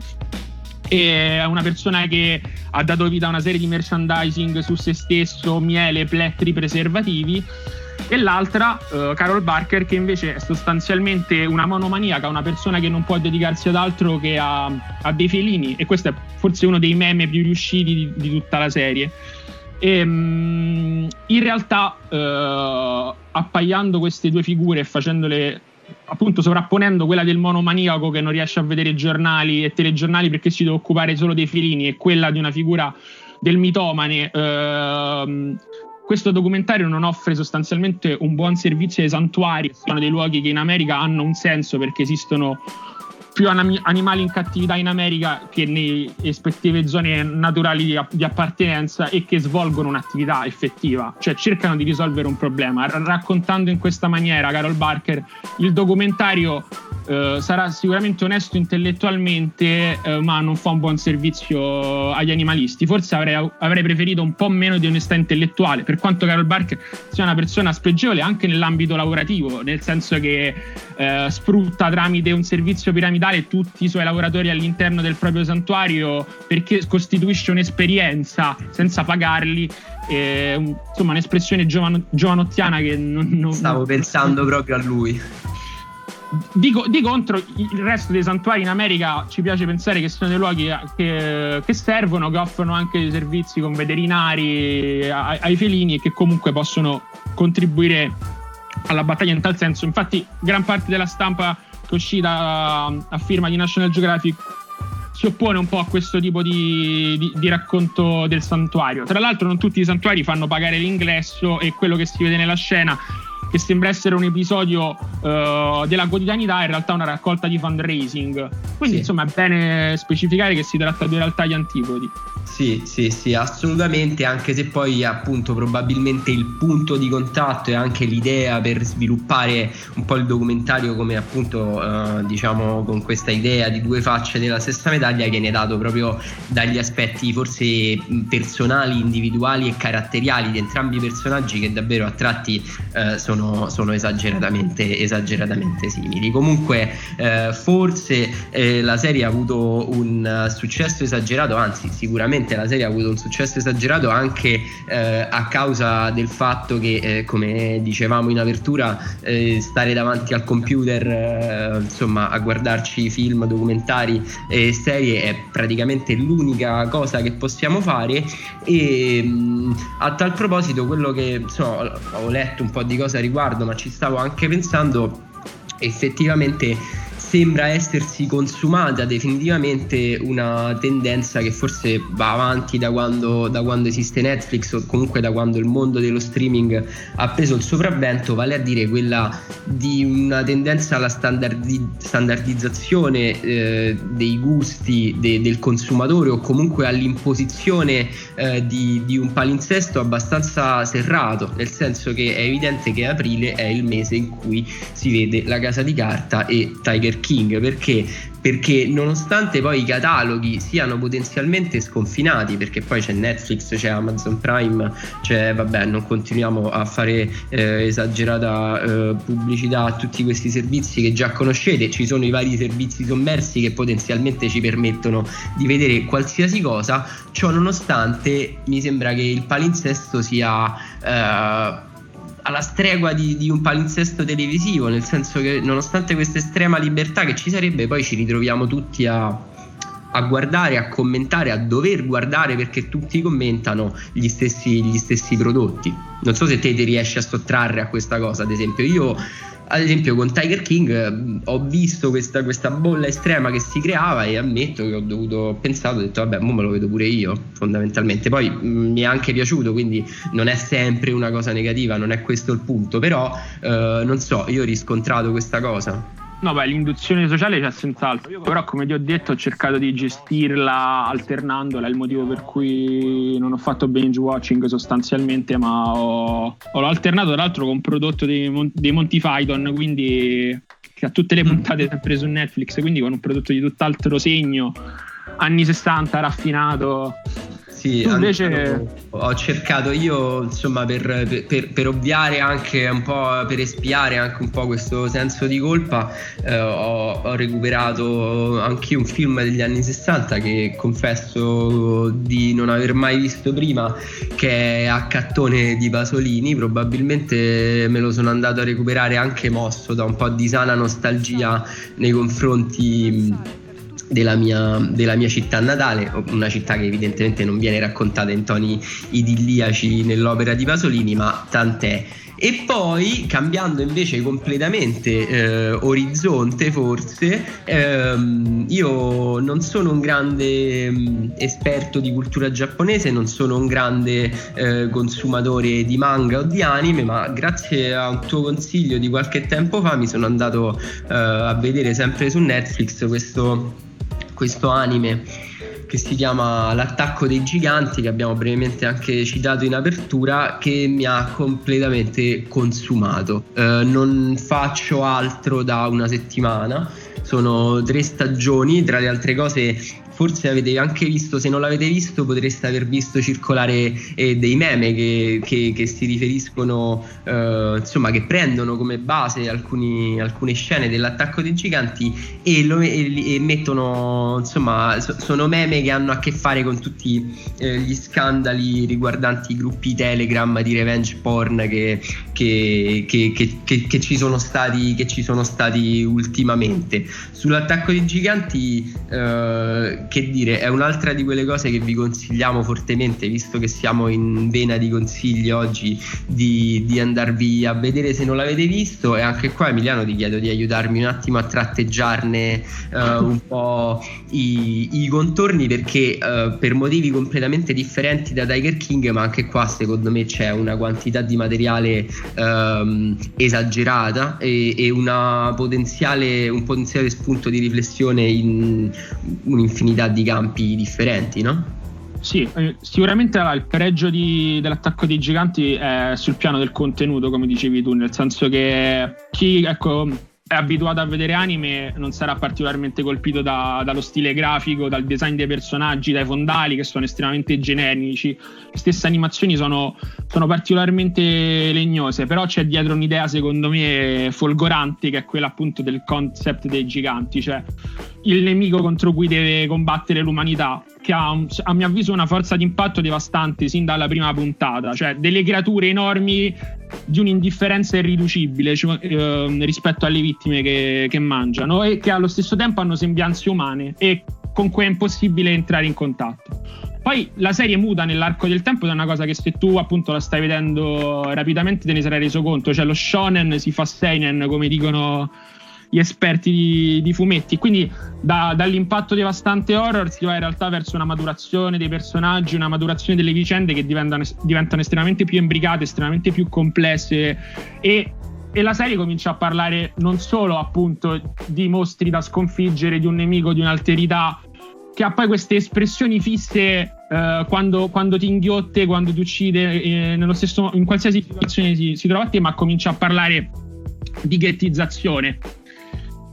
È una persona che ha dato vita a una serie di merchandising su se stesso, miele, plettri, preservativi. E l'altra, uh, Carol Barker, che invece è sostanzialmente una monomaniaca, una persona che non può dedicarsi ad altro che a, a dei felini, e questo è forse uno dei meme più riusciti di, di tutta la serie. E, um, in realtà uh, appaiando queste due figure e facendole, appunto sovrapponendo quella del monomaniaco che non riesce a vedere giornali e telegiornali perché si deve occupare solo dei felini, e quella di una figura del mitomane, ehm, questo documentario non offre sostanzialmente un buon servizio ai santuari. Sono dei luoghi che in America hanno un senso, perché esistono più animali in cattività in America che nelle rispettive zone naturali di, di appartenenza, e che svolgono un'attività effettiva, cioè cercano di risolvere un problema. R- raccontando in questa maniera Carol Barker, il documentario eh, sarà sicuramente onesto intellettualmente, eh, ma non fa un buon servizio agli animalisti. Forse avrei, avrei preferito un po' meno di onestà intellettuale, per quanto Carol Barker sia una persona spregevole anche nell'ambito lavorativo, nel senso che eh, sfrutta tramite un servizio piramidale tutti i suoi lavoratori all'interno del proprio santuario, perché costituisce un'esperienza senza pagarli. E, insomma, un'espressione giovano, giovanottiana che non, non stavo non... pensando proprio a lui. Di, di contro, il resto dei santuari in America ci piace pensare che sono dei luoghi che, che servono, che offrono anche dei servizi con veterinari ai, ai felini, e che comunque possono contribuire alla battaglia in tal senso. Infatti gran parte della stampa che è uscita a firma di National Geographic si oppone un po' a questo tipo di, di, di racconto del santuario. Tra l'altro non tutti i santuari fanno pagare l'ingresso, e quello che si vede nella scena, che sembra essere un episodio uh, della quotidianità, è in realtà una raccolta di fundraising. Quindi sì, insomma è bene specificare che si tratta di realtà agli antipodi. Sì, sì, sì, assolutamente, anche se poi appunto probabilmente il punto di contatto e anche l'idea per sviluppare un po' il documentario, come appunto uh, diciamo con questa idea di due facce della stessa medaglia, viene dato proprio dagli aspetti forse personali, individuali e caratteriali di entrambi i personaggi, che davvero a tratti uh, sono, sono esageratamente, esageratamente simili. Comunque uh, forse uh, la serie ha avuto un uh, successo esagerato, anzi sicuramente la serie ha avuto un successo esagerato anche eh, a causa del fatto che eh, come dicevamo in apertura, eh, stare davanti al computer eh, insomma a guardarci film, documentari e serie è praticamente l'unica cosa che possiamo fare. E mh, a tal proposito, quello che insomma, ho letto un po' di cose a riguardo, ma ci stavo anche pensando, effettivamente sembra essersi consumata definitivamente una tendenza che forse va avanti da quando, da quando esiste Netflix, o comunque da quando il mondo dello streaming ha preso il sopravvento, vale a dire quella di una tendenza alla standardi- standardizzazione eh, dei gusti de- del consumatore, o comunque all'imposizione eh, di, di un palinsesto abbastanza serrato, nel senso che è evidente che aprile è il mese in cui si vede La Casa di Carta e Tiger King, perché perché nonostante poi i cataloghi siano potenzialmente sconfinati, perché poi c'è Netflix, c'è Amazon Prime, c'è, vabbè, non continuiamo a fare eh, esagerata eh, pubblicità a tutti questi servizi che già conoscete, ci sono i vari servizi sommersi che potenzialmente ci permettono di vedere qualsiasi cosa. Ciò nonostante mi sembra che il palinsesto sia eh, alla stregua di, di un palinsesto televisivo, nel senso che nonostante questa estrema libertà che ci sarebbe, poi ci ritroviamo tutti a, a guardare, a commentare, a dover guardare, perché tutti commentano gli stessi, gli stessi prodotti. Non so se te ti riesci a sottrarre a questa cosa. Ad esempio io ad esempio con Tiger King ho visto questa, questa bolla estrema che si creava e ammetto che ho dovuto ho pensato, ho detto vabbè, mo me lo vedo pure io, fondamentalmente. Poi mh, mi è anche piaciuto, quindi non è sempre una cosa negativa, non è questo il punto, però eh, non so, io ho riscontrato questa cosa. No, beh, l'induzione sociale c'è senz'altro. Io però, come ti ho detto, ho cercato di gestirla alternandola. È il motivo per cui non ho fatto binge watching sostanzialmente, ma ho, ho alternato tra l'altro con un prodotto dei, dei Monty Python, quindi che ha tutte le puntate sempre su Netflix, quindi con un prodotto di tutt'altro segno, anni sessanta, raffinato. Sì, tu invece ho cercato io, insomma, per, per, per ovviare anche un po', per espiare anche un po' questo senso di colpa, eh, ho, ho recuperato anche un film degli anni sessanta che confesso di non aver mai visto prima, che è Accattone di Pasolini. Probabilmente me lo sono andato a recuperare anche mosso da un po' di sana nostalgia nei confronti Della mia, della mia città natale, una città che evidentemente non viene raccontata in toni idilliaci nell'opera di Pasolini, ma tant'è. E poi, cambiando invece completamente eh, orizzonte, forse, ehm, io non sono un grande mh, esperto di cultura giapponese, non sono un grande eh, consumatore di manga o di anime, ma grazie a un tuo consiglio di qualche tempo fa mi sono andato eh, a vedere sempre su Netflix questo questo anime che si chiama L'attacco dei giganti, che abbiamo brevemente anche citato in apertura, che mi ha completamente consumato. Eh, non faccio altro da una settimana, sono tre stagioni, tra le altre cose forse avete anche visto, se non l'avete visto potreste aver visto circolare eh, dei meme che, che, che si riferiscono, eh, insomma, che prendono come base alcuni, alcune scene dell'attacco dei giganti e, lo, e, e mettono, insomma, so, sono meme che hanno a che fare con tutti eh, gli scandali riguardanti i gruppi Telegram di revenge porn che, che, che, che, che, che ci sono stati, che ci sono stati ultimamente. Sull'attacco dei giganti, eh, che dire, è un'altra di quelle cose che vi consigliamo fortemente, visto che siamo in vena di consigli oggi, di, di andarvi a vedere se non l'avete visto. E anche qua, Emiliano, ti chiedo di aiutarmi un attimo a tratteggiarne uh, un po' i, i contorni, perché uh, per motivi completamente differenti da Tiger King, ma anche qua secondo me c'è una quantità di materiale um, esagerata e, e una potenziale, un potenziale spunto di riflessione in un'infinità di campi differenti, no? Sì, eh, sicuramente allora, il pregio di, dell'attacco dei giganti è sul piano del contenuto, come dicevi tu, nel senso che chi, ecco, è abituato a vedere anime non sarà particolarmente colpito da, dallo stile grafico, dal design dei personaggi, dai fondali che sono estremamente generici. Le stesse animazioni sono, sono particolarmente legnose, però c'è dietro un'idea secondo me folgorante, che è quella appunto del concept dei giganti, cioè il nemico contro cui deve combattere l'umanità, che ha un, a mio avviso una forza d'impatto devastante sin dalla prima puntata, cioè delle creature enormi di un'indifferenza irriducibile, cioè, eh, rispetto alle vittime che, che mangiano, e che allo stesso tempo hanno sembianze umane e con cui è impossibile entrare in contatto. Poi la serie muta nell'arco del tempo, ed è una cosa che se tu appunto la stai vedendo rapidamente te ne sarai reso conto, cioè lo shonen si fa seinen, come dicono gli esperti di, di fumetti, quindi da, dall'impatto devastante horror si va in realtà verso una maturazione dei personaggi, una maturazione delle vicende che diventano, diventano estremamente più imbricate, estremamente più complesse, e, e la serie comincia a parlare non solo appunto di mostri da sconfiggere, di un nemico, di un'alterità, che ha poi queste espressioni fisse eh, quando, quando ti inghiotte, quando ti uccide, eh, nello stesso, in qualsiasi situazione si, si trova a te, ma comincia a parlare di ghettizzazione,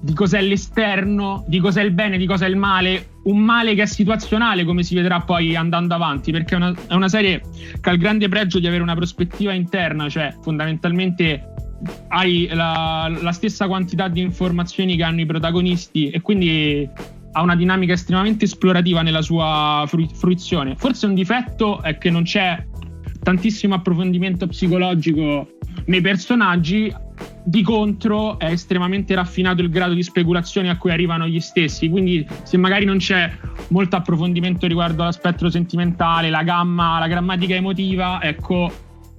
di cos'è l'esterno, di cos'è il bene, di cos'è il male, un male che è situazionale, come si vedrà poi andando avanti, perché è una, è una serie che ha il grande pregio di avere una prospettiva interna, cioè fondamentalmente hai la, la stessa quantità di informazioni che hanno i protagonisti e quindi ha una dinamica estremamente esplorativa nella sua fruizione. Forse un difetto è che non c'è tantissimo approfondimento psicologico nei personaggi, di contro è estremamente raffinato il grado di speculazione a cui arrivano gli stessi, quindi se magari non c'è molto approfondimento riguardo all'aspetto sentimentale, la gamma, la grammatica emotiva, ecco,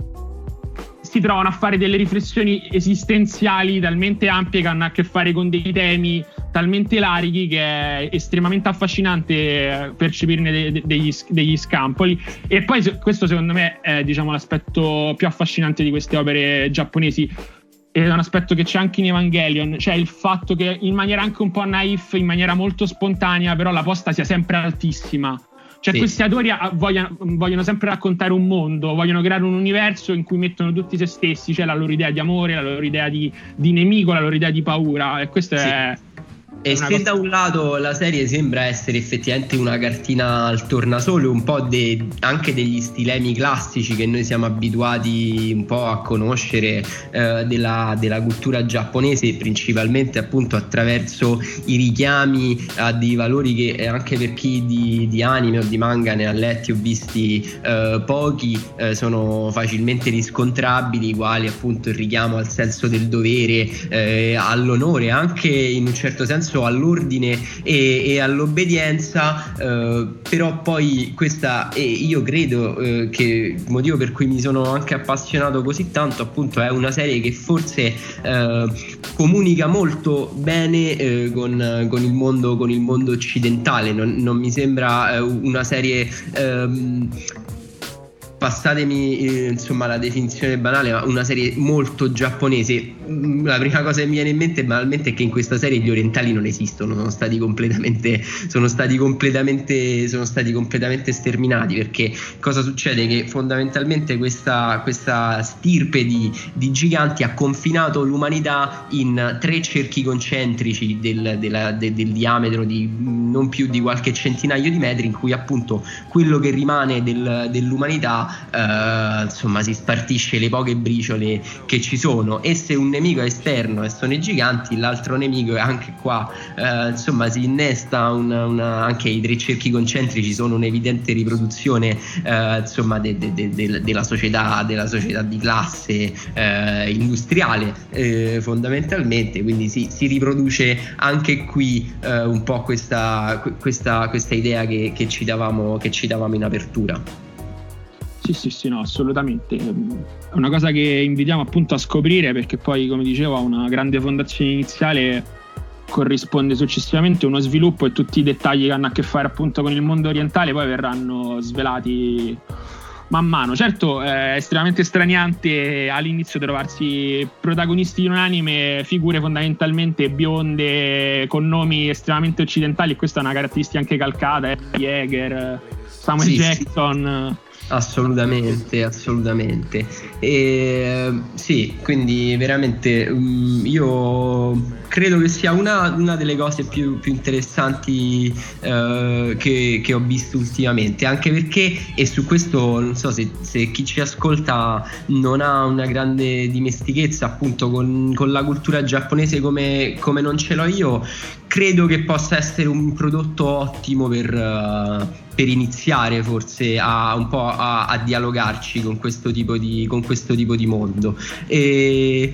si trovano a fare delle riflessioni esistenziali talmente ampie che hanno a che fare con dei temi talmente larghi che è estremamente affascinante percepirne de- de- degli, degli scampoli. E poi questo secondo me è, diciamo, l'aspetto più affascinante di queste opere giapponesi. È un aspetto che c'è anche in Evangelion, cioè il fatto che in maniera anche un po' naif, in maniera molto spontanea, però la posta sia sempre altissima. Cioè sì. Questi autori vogliono, vogliono sempre raccontare un mondo, vogliono creare un universo in cui mettono tutti se stessi, cioè la loro idea di amore, la loro idea di, di nemico, la loro idea di paura, e questo sì. è... E se cosa... da un lato la serie sembra essere effettivamente una cartina al tornasole, un po' de, anche degli stilemi classici che noi siamo abituati un po' a conoscere eh, della, della cultura giapponese, principalmente appunto attraverso i richiami a dei valori che anche per chi di, di anime o di manga ne ha letti o visti eh, pochi eh, sono facilmente riscontrabili, quali appunto il richiamo al senso del dovere, eh, all'onore, anche in un certo senso all'ordine e, e all'obbedienza, eh, però poi questa, e io credo eh, che il motivo per cui mi sono anche appassionato così tanto appunto è una serie che forse eh, comunica molto bene eh, con, con il mondo con il mondo occidentale. Non, non mi sembra eh, una serie ehm, passatemi eh, insomma la definizione banale, ma una serie molto giapponese. La prima cosa che mi viene in mente banalmente è che in questa serie gli orientali non esistono, sono stati completamente sono stati completamente sono stati completamente sterminati, perché cosa succede? Che fondamentalmente questa, questa stirpe di, di giganti ha confinato l'umanità in tre cerchi concentrici del, della, de, del diametro di non più di qualche centinaio di metri, in cui appunto quello che rimane del, dell'umanità Uh, insomma si spartisce le poche briciole che ci sono, e se un nemico è esterno e sono i giganti, l'altro nemico è anche qua, uh, insomma si innesta una, una, anche i tre cerchi concentrici sono un'evidente riproduzione uh, insomma de, de, de, de, della società della società di classe uh, industriale uh, fondamentalmente, quindi si, si riproduce anche qui uh, un po' questa, questa, questa idea che, che ci davamo che ci davamo in apertura. Sì, sì, sì, no, assolutamente. È una cosa che invitiamo appunto a scoprire, perché poi, come dicevo, a una grande fondazione iniziale corrisponde successivamente uno sviluppo, e tutti i dettagli che hanno a che fare appunto con il mondo orientale poi verranno svelati man mano. Certo, è estremamente straniante all'inizio trovarsi protagonisti di un anime, figure fondamentalmente bionde con nomi estremamente occidentali, e questa è una caratteristica anche calcata, eh? Yeager, Samuel sì, Jackson... Sì. Assolutamente, assolutamente. E, sì, quindi veramente um, io credo che sia una, una delle cose più, più interessanti uh, che, che ho visto ultimamente, anche perché, e su questo non so se, se chi ci ascolta non ha una grande dimestichezza appunto con, con la cultura giapponese come, come non ce l'ho io, credo che possa essere un prodotto ottimo per... Uh, per iniziare forse a un po' a, a dialogarci con questo tipo di con questo tipo di mondo, e,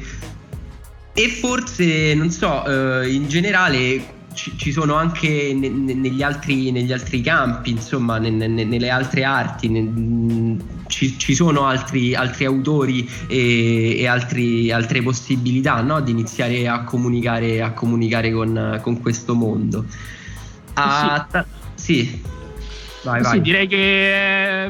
e forse non so eh, in generale ci, ci sono anche ne, ne, negli altri negli altri campi, insomma ne, ne, nelle altre arti ne, ci, ci sono altri altri autori e, e altri, altre possibilità, no? Di iniziare a comunicare a comunicare con, con questo mondo. Ah, ta- sì Vai, vai. Sì, direi che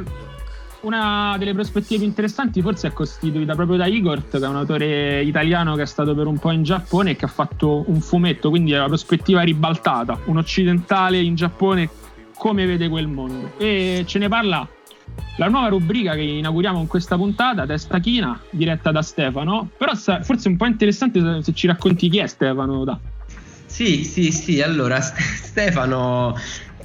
una delle prospettive più interessanti forse è costituita proprio da Igor, che è un autore italiano che è stato per un po' in Giappone e che ha fatto un fumetto, quindi è la prospettiva ribaltata, un occidentale in Giappone come vede quel mondo, e ce ne parla la nuova rubrica che inauguriamo con questa puntata, Testa China, diretta da Stefano. Però forse è un po' interessante se ci racconti chi è Stefano. Da. Sì, sì, sì, allora Stefano,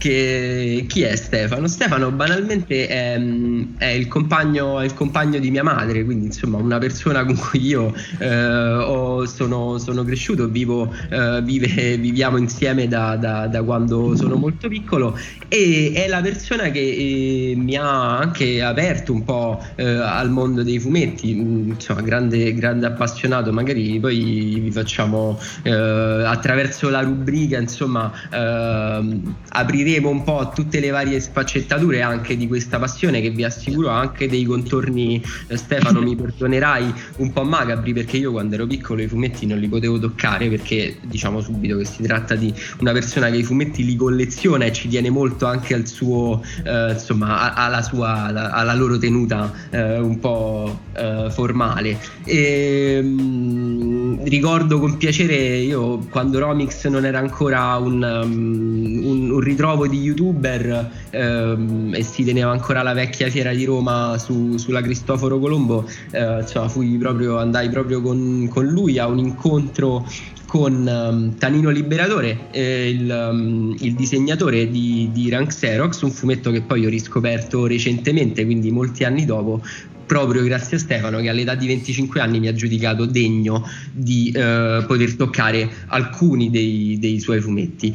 che chi è Stefano? Stefano banalmente è, è il compagno, è il compagno di mia madre, quindi insomma una persona con cui io eh, ho, sono, sono cresciuto, vivo, eh, vive, viviamo insieme da, da, da quando sono molto piccolo, e è la persona che eh, mi ha anche aperto un po' eh, al mondo dei fumetti, insomma grande, grande appassionato. Magari poi vi facciamo eh, attraverso la rubrica insomma eh, aprire un po' tutte le varie sfaccettature anche di questa passione, che vi assicuro ha anche dei contorni, eh, Stefano mi perdonerai, un po' macabri, perché io quando ero piccolo i fumetti non li potevo toccare, perché diciamo subito che si tratta di una persona che i fumetti li colleziona e ci tiene molto anche al suo eh, insomma alla sua alla, alla loro tenuta eh, un po' eh, formale. E, mh, ricordo con piacere io quando Romix non era ancora un, um, un, un ritrovo di youtuber ehm, e si teneva ancora la vecchia fiera di Roma su, sulla Cristoforo Colombo, eh, insomma fui proprio andai proprio con, con lui a un incontro con um, Tanino Liberatore, eh, il, um, il disegnatore di, di Rank Xerox, un fumetto che poi ho riscoperto recentemente, quindi molti anni dopo, proprio grazie a Stefano, che all'età di venticinque anni mi ha giudicato degno di eh, poter toccare alcuni dei, dei suoi fumetti.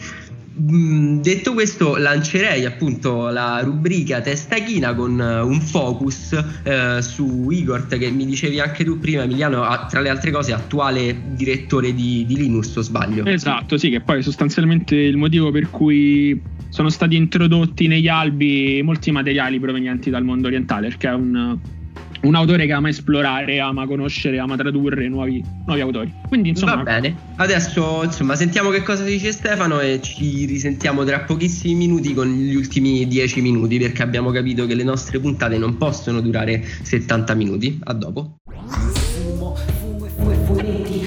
Detto questo, lancerei appunto la rubrica Testa China con un focus eh, su Igor, che mi dicevi anche tu prima, Emiliano, tra le altre cose attuale direttore di, di Linus, o sbaglio? Esatto, sì, che poi sostanzialmente il motivo per cui sono stati introdotti negli albi molti materiali provenienti dal mondo orientale, perché è un un autore che ama esplorare, ama conoscere, ama tradurre nuovi, nuovi autori. Quindi insomma... Va bene, adesso insomma sentiamo che cosa dice Stefano e ci risentiamo tra pochissimi minuti con gli ultimi dieci minuti, perché abbiamo capito che le nostre puntate non possono durare settanta minuti. A dopo. Fumo, fumo e fumetti.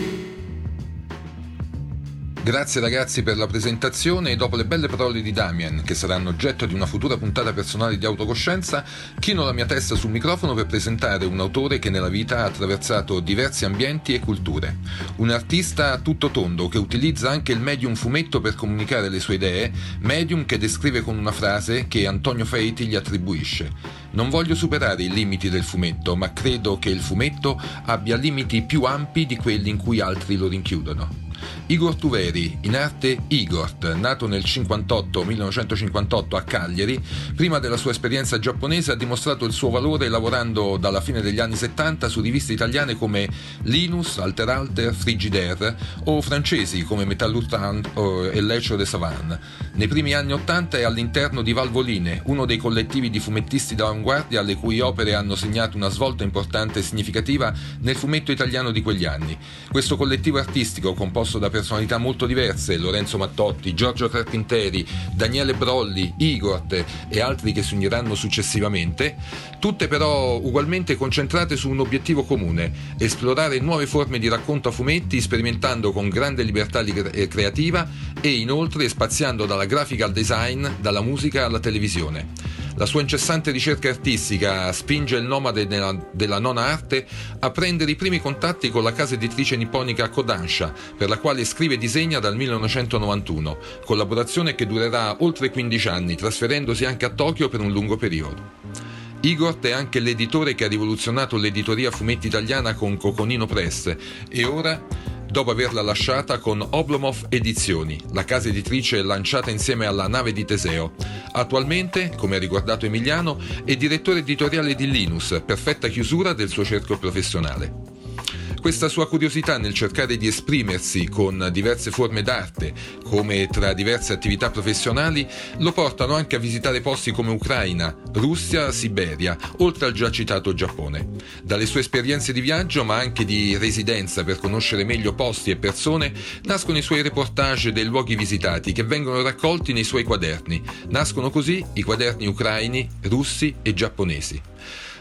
Grazie ragazzi per la presentazione, e dopo le belle parole di Damien, che saranno oggetto di una futura puntata personale di Autocoscienza, chino la mia testa sul microfono per presentare un autore che nella vita ha attraversato diversi ambienti e culture. Un artista a tutto tondo che utilizza anche il medium fumetto per comunicare le sue idee, medium che descrive con una frase che Antonio Feiti gli attribuisce. Non voglio superare i limiti del fumetto, ma credo che il fumetto abbia limiti più ampi di quelli in cui altri lo rinchiudono. Igor Tuveri, in arte Igort, nato nel cinquantotto millenovecentocinquantotto a Cagliari, prima della sua esperienza giapponese ha dimostrato il suo valore lavorando dalla fine degli anni settanta su riviste italiane come Linus, Alter Alter, Frigidaire, o francesi come Metallurtant e L'Echo de Savane. Nei primi anni ottanta è all'interno di Valvoline, uno dei collettivi di fumettisti d'avanguardia le cui opere hanno segnato una svolta importante e significativa nel fumetto italiano di quegli anni. Questo collettivo artistico, composto da personalità molto diverse, Lorenzo Mattotti, Giorgio Carpinteri, Daniele Brolli, Igor e altri che si uniranno successivamente, tutte però ugualmente concentrate su un obiettivo comune: esplorare nuove forme di racconto a fumetti, sperimentando con grande libertà creativa e inoltre spaziando dalla grafica al design, dalla musica alla televisione. La sua incessante ricerca artistica spinge il nomade della, della nona arte a prendere i primi contatti con la casa editrice nipponica Kodansha, per la quale scrive e disegna dal millenovecentonovantuno, collaborazione che durerà oltre quindici anni, trasferendosi anche a Tokyo per un lungo periodo. Igor è anche l'editore che ha rivoluzionato l'editoria fumetti italiana con Coconino Press e ora, dopo averla lasciata, con Oblomov Edizioni, la casa editrice lanciata insieme alla Nave di Teseo. Attualmente, come ha ricordato Emiliano, è direttore editoriale di Linus, perfetta chiusura del suo cerchio professionale. Questa sua curiosità nel cercare di esprimersi con diverse forme d'arte, come tra diverse attività professionali, lo portano anche a visitare posti come Ucraina, Russia, Siberia, oltre al già citato Giappone. Dalle sue esperienze di viaggio, ma anche di residenza per conoscere meglio posti e persone, nascono i suoi reportage dei luoghi visitati che vengono raccolti nei suoi quaderni. Nascono così i quaderni ucraini, russi e giapponesi.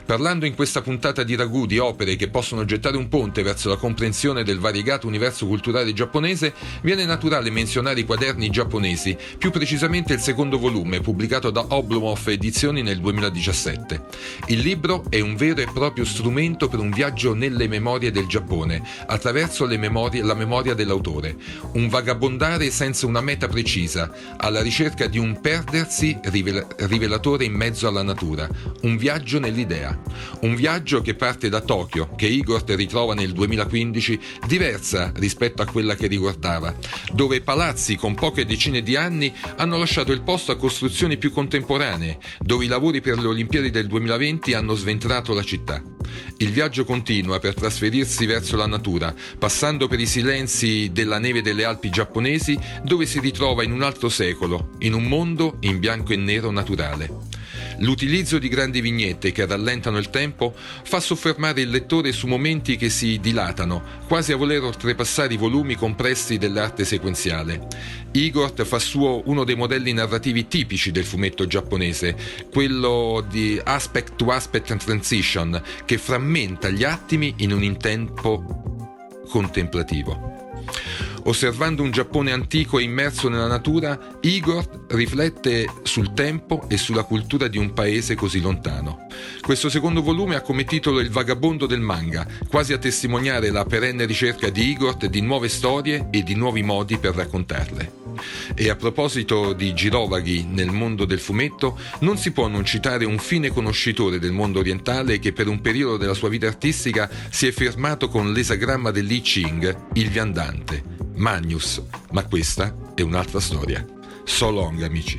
Parlando in questa puntata di Ragù di opere che possono gettare un ponte verso la comprensione del variegato universo culturale giapponese, viene naturale menzionare i quaderni giapponesi, più precisamente il secondo volume, pubblicato da Oblomov Edizioni nel duemiladiciassette. Il libro è un vero e proprio strumento per un viaggio nelle memorie del Giappone, attraverso le memorie, la memoria dell'autore. Un vagabondare senza una meta precisa, alla ricerca di un perdersi rivela- rivelatore in mezzo alla natura. Un viaggio nell'idea. Un viaggio che parte da Tokyo, che Igor ritrova nel duemilaquindici, diversa rispetto a quella che riguardava, dove palazzi con poche decine di anni hanno lasciato il posto a costruzioni più contemporanee, dove i lavori per le Olimpiadi del duemilaventi hanno sventrato la città. Il viaggio continua per trasferirsi verso la natura, passando per i silenzi della neve delle Alpi giapponesi, dove si ritrova in un altro secolo, in un mondo in bianco e nero naturale. L'utilizzo di grandi vignette che rallentano il tempo fa soffermare il lettore su momenti che si dilatano, quasi a voler oltrepassare i volumi compressi dell'arte sequenziale. Igor fa suo uno dei modelli narrativi tipici del fumetto giapponese, quello di aspect to aspect transition, che frammenta gli attimi in un intempo contemplativo. Osservando un Giappone antico e immerso nella natura, Igor riflette sul tempo e sulla cultura di un paese così lontano. Questo secondo volume ha come titolo Il vagabondo del manga, quasi a testimoniare la perenne ricerca di Igor di nuove storie e di nuovi modi per raccontarle. E a proposito di girovaghi nel mondo del fumetto, non si può non citare un fine conoscitore del mondo orientale che per un periodo della sua vita artistica si è firmato con l'esagramma dell'I Ching, il viandante, Magnus, ma questa è un'altra storia. So long, amici.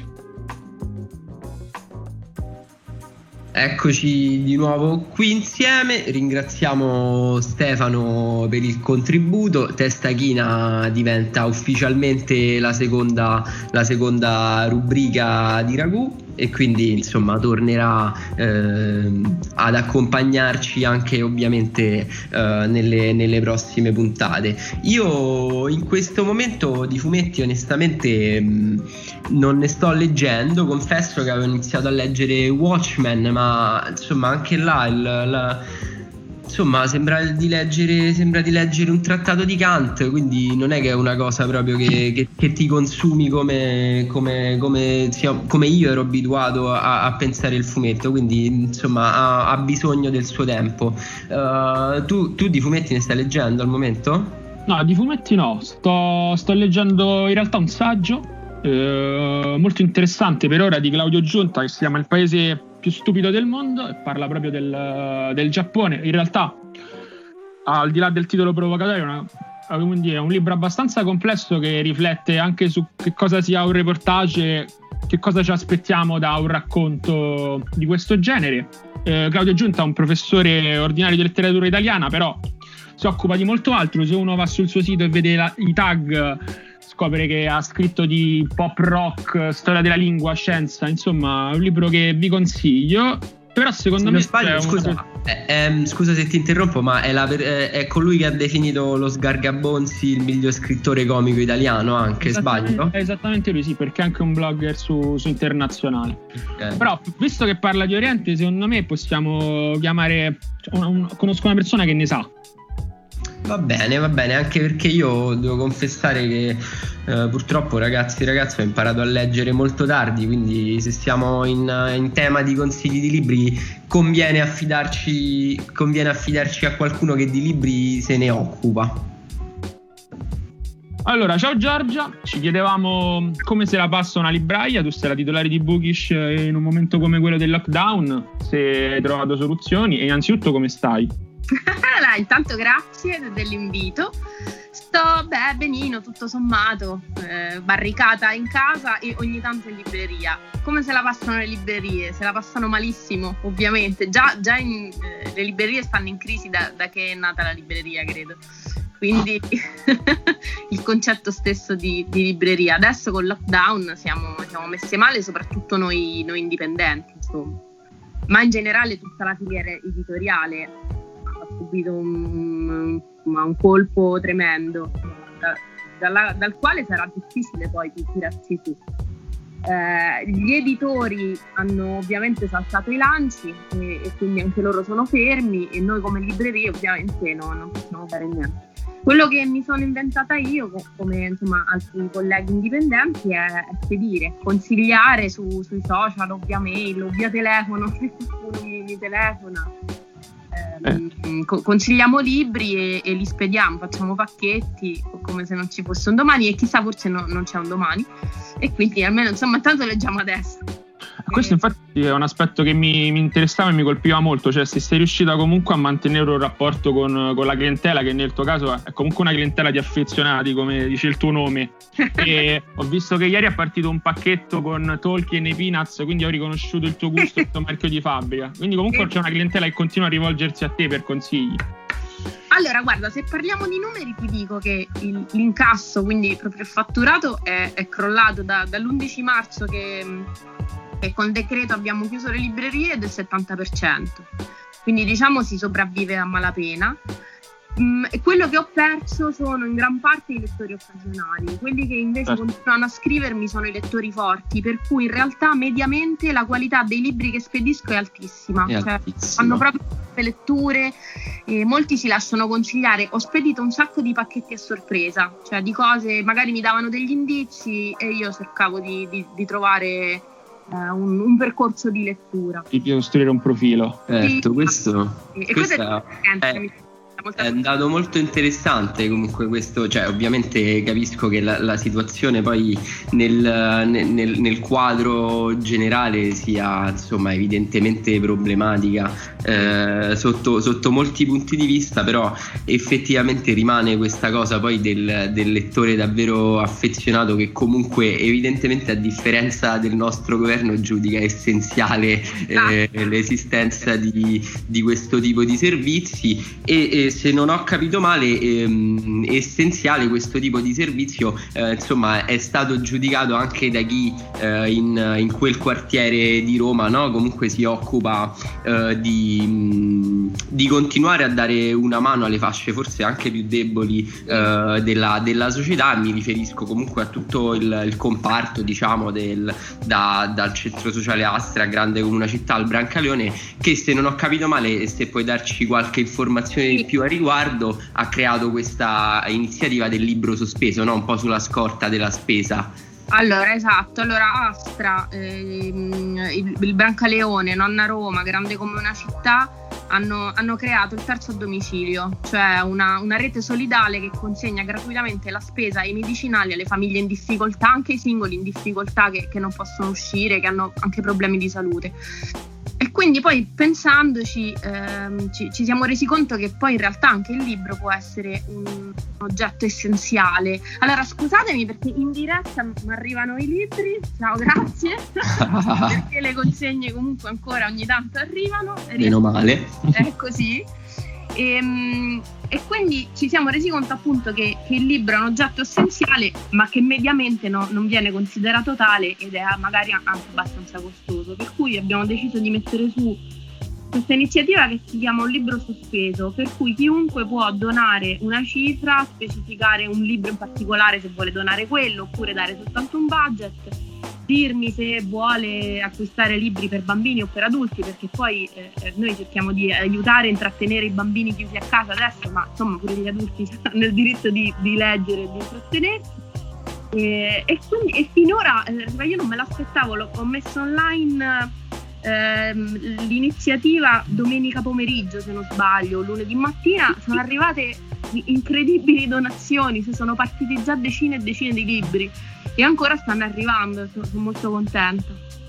Eccoci di nuovo qui insieme, ringraziamo Stefano per il contributo. Testa china diventa ufficialmente la seconda, la seconda rubrica di Ragù e quindi insomma tornerà eh, ad accompagnarci anche ovviamente eh, nelle, nelle prossime puntate. Io in questo momento di fumetti onestamente mh, non ne sto leggendo, confesso che avevo iniziato a leggere Watchmen, ma insomma anche là il, la, insomma sembra di leggere sembra di leggere un trattato di Kant, quindi non è che è una cosa proprio che, che, che ti consumi come, come, come, come io ero abituato a, a pensare il fumetto, quindi insomma ha, ha bisogno del suo tempo. Uh, tu, tu di fumetti ne stai leggendo al momento? No, di fumetti no, sto, sto leggendo in realtà un saggio eh, molto interessante per ora di Claudio Giunta che si chiama Il paese più stupido del mondo e parla proprio del, del Giappone. In realtà, al di là del titolo provocatorio, è, una, è un libro abbastanza complesso che riflette anche su che cosa sia un reportage, che cosa ci aspettiamo da un racconto di questo genere. eh, Claudio Giunta è un professore ordinario di letteratura italiana, però si occupa di molto altro. Se uno va sul suo sito e vede la, i tag, scopre che ha scritto di pop rock, storia della lingua, scienza, insomma è un libro che vi consiglio. Però secondo se me sbaglio, scusa, una... eh, eh, scusa se ti interrompo, ma è, la, eh, è colui che ha definito lo Sgargabonzi il miglior scrittore comico italiano, anche sbaglio? È esattamente lui, sì, perché è anche un blogger su, su Internazionale. Okay. Però visto che parla di Oriente, secondo me possiamo chiamare una, un, conosco una persona che ne sa. Va bene, va bene, anche perché io devo confessare che eh, purtroppo ragazzi e ragazze ho imparato a leggere molto tardi, quindi se siamo in, in tema di consigli di libri conviene affidarci, conviene affidarci a qualcuno che di libri se ne occupa. Allora, ciao Giorgia, ci chiedevamo come se la passa una libraia, tu sei la titolare di Bookish in un momento come quello del lockdown, se hai trovato soluzioni e innanzitutto come stai? Allora, intanto grazie dell'invito. Sto beh, benino, tutto sommato, eh, barricata in casa e ogni tanto in libreria. Come se la passano le librerie? Se la passano malissimo, ovviamente. Già, già in, eh, le librerie stanno in crisi da, da che è nata la libreria, credo. Quindi il concetto stesso di, di libreria. Adesso con il lockdown siamo, siamo messi male, soprattutto noi, noi indipendenti, insomma. Ma in generale tutta la filiera editoriale ha subito un, un colpo tremendo, da, dalla, dal quale sarà difficile poi tirarsi su. Eh, gli editori hanno ovviamente saltato i lanci e, e quindi anche loro sono fermi, e noi come librerie ovviamente no, non possiamo fare niente. Quello che mi sono inventata io, come insomma altri colleghi indipendenti, è, è spedire, consigliare su, sui social, o via mail, o via telefono, se qualcuno mi, mi telefona. Eh. Co- consigliamo libri e, e li spediamo, facciamo pacchetti come se non ci fosse un domani, e chissà, forse no, non c'è un domani, e quindi almeno insomma tanto leggiamo adesso. Questo infatti è un aspetto che mi, mi interessava e mi colpiva molto, cioè se sei riuscita comunque a mantenere un rapporto con, con la clientela, che nel tuo caso è comunque una clientela di affezionati, come dice il tuo nome. E ho visto che ieri è partito un pacchetto con Tolkien e Peanuts, quindi ho riconosciuto il tuo gusto e il tuo marchio di fabbrica, quindi comunque c'è una clientela che continua a rivolgersi a te per consigli. Allora, guarda, se parliamo di numeri ti dico che il, l'incasso, quindi proprio il fatturato, è, è crollato da, dall'undici marzo che, che con decreto abbiamo chiuso le librerie, del settanta per cento, quindi diciamo si sopravvive a malapena. Mm, e quello che ho perso sono in gran parte i lettori occasionali, quelli che invece certo. continuano a scrivermi sono i lettori forti, per cui in realtà mediamente la qualità dei libri che spedisco è altissima, è cioè altissima. Hanno proprio le letture, e molti si lasciano consigliare. Ho spedito un sacco di pacchetti a sorpresa, cioè di cose, magari mi davano degli indizi e io cercavo di, di, di trovare eh, un, un percorso di lettura, di costruire un profilo. Certo, questo, e questo è, è È un dato molto interessante comunque questo, cioè ovviamente capisco che la, la situazione poi nel, nel, nel quadro generale sia insomma evidentemente problematica eh, sotto, sotto molti punti di vista, però effettivamente rimane questa cosa poi del, del lettore davvero affezionato, che comunque evidentemente, a differenza del nostro governo, giudica essenziale eh, l'esistenza di, di questo tipo di servizi, e, e se non ho capito male ehm, essenziale questo tipo di servizio eh, insomma è stato giudicato anche da chi eh, in, in quel quartiere di Roma, no? Comunque si occupa eh, di, mh, di continuare a dare una mano alle fasce forse anche più deboli eh, della, della società. Mi riferisco comunque a tutto il, il comparto, diciamo, del, da, dal centro sociale Astra, grande come una città, al Brancaleone, che, se non ho capito male, se puoi darci qualche informazione di più a riguardo, ha creato questa iniziativa del libro sospeso, no? Un po' sulla scorta della spesa. Allora, esatto, allora Astra, ehm, il, il Brancaleone, Nonna Roma, grande come una città, hanno, hanno creato il terzo a domicilio, cioè una, una rete solidale che consegna gratuitamente la spesa e i medicinali alle famiglie in difficoltà, anche ai singoli in difficoltà che, che non possono uscire, che hanno anche problemi di salute. E quindi poi, pensandoci, ehm, ci, ci siamo resi conto che poi in realtà anche il libro può essere un oggetto essenziale. Allora, scusatemi perché in diretta mi arrivano i libri, ciao, grazie, perché le consegne comunque ancora ogni tanto arrivano. Meno male. È così. E, e quindi ci siamo resi conto appunto che, che il libro è un oggetto essenziale, ma che mediamente no, non viene considerato tale, ed è magari anche abbastanza costoso, per cui abbiamo deciso di mettere su questa iniziativa che si chiama Un libro sospeso, per cui chiunque può donare una cifra, specificare un libro in particolare se vuole donare quello, oppure dare soltanto un budget, dirmi se vuole acquistare libri per bambini o per adulti, perché poi eh, noi cerchiamo di aiutare e intrattenere i bambini chiusi a casa adesso, ma insomma pure gli adulti hanno il diritto di, di leggere e di intrattenersi. E, e quindi e finora eh, io non me l'aspettavo, l'ho, ho messo online ehm, l'iniziativa domenica pomeriggio, se non sbaglio, lunedì mattina sono arrivate incredibili donazioni, si sono partiti già decine e decine di libri e ancora stanno arrivando, sono, sono molto contenta.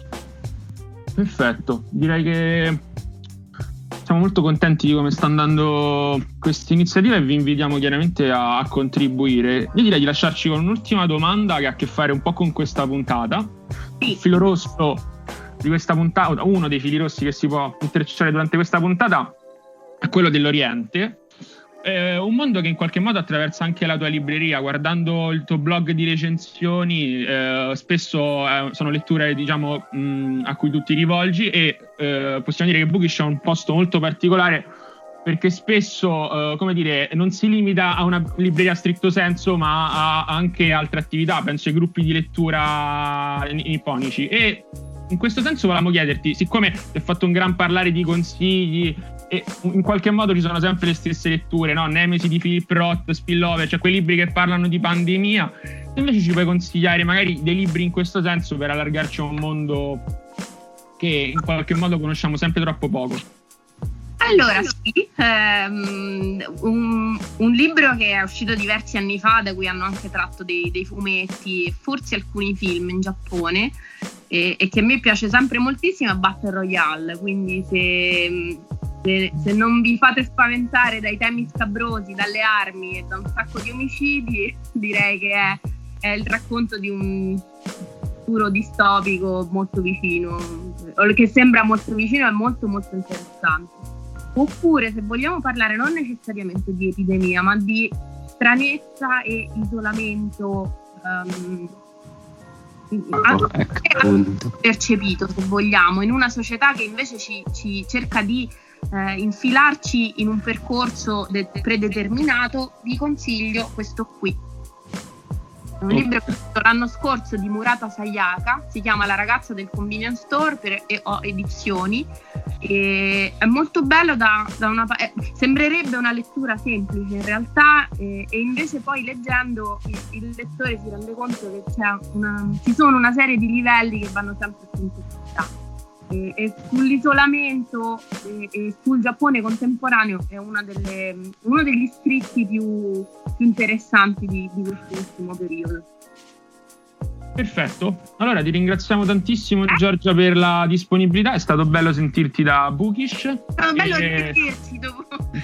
Perfetto, direi che siamo molto contenti di come sta andando questa iniziativa e vi invitiamo chiaramente a, a contribuire. Io direi di lasciarci con un'ultima domanda che ha a che fare un po' con questa puntata. Sì. Il filo rosso di questa puntata, uno dei fili rossi che si può intrecciare durante questa puntata, è quello dell'Oriente. Eh, un mondo che in qualche modo attraversa anche la tua libreria. Guardando il tuo blog di recensioni, eh, spesso eh, sono letture, diciamo, mh, a cui tu ti rivolgi, e eh, possiamo dire che Bookish è un posto molto particolare perché spesso, eh, come dire, non si limita a una libreria a stretto senso, ma a anche altre attività, penso ai gruppi di lettura nipponici. E in questo senso volevamo chiederti, siccome ti ho fatto un gran parlare di consigli e in qualche modo ci sono sempre le stesse letture, no? Nemesi di Philip Roth, Spillover, cioè quei libri che parlano di pandemia, se invece ci puoi consigliare magari dei libri in questo senso per allargarci a un mondo che in qualche modo conosciamo sempre troppo poco. Allora sì, ehm, un, un libro che è uscito diversi anni fa, da cui hanno anche tratto dei, dei fumetti e forse alcuni film in Giappone, e, e che a me piace sempre moltissimo, è Battle Royale. Quindi se, se, se non vi fate spaventare dai temi scabrosi, dalle armi e da un sacco di omicidi, direi che è, è il racconto di un futuro distopico molto vicino, o che sembra molto vicino e molto molto interessante. Oppure, se vogliamo parlare non necessariamente di epidemia, ma di stranezza e isolamento um, anche percepito, se vogliamo, in una società che invece ci, ci cerca di eh, infilarci in un percorso de- predeterminato, vi consiglio questo qui. È un libro che ho scritto l'anno scorso di Murata Sayaka, si chiama La ragazza del convenience store per e ho edizioni, e è molto bello da, da una eh, sembrerebbe una lettura semplice in realtà, eh, e invece poi leggendo il, il lettore si rende conto che c'è una, ci sono una serie di livelli che vanno sempre più in profondità. E, e sull'isolamento e, e sul Giappone contemporaneo è una delle, uno degli scritti più, più interessanti di, di quest'ultimo periodo. Perfetto, allora ti ringraziamo tantissimo eh? Giorgia per la disponibilità, è stato bello sentirti da Bookish. È stato bello e... sentirci dopo.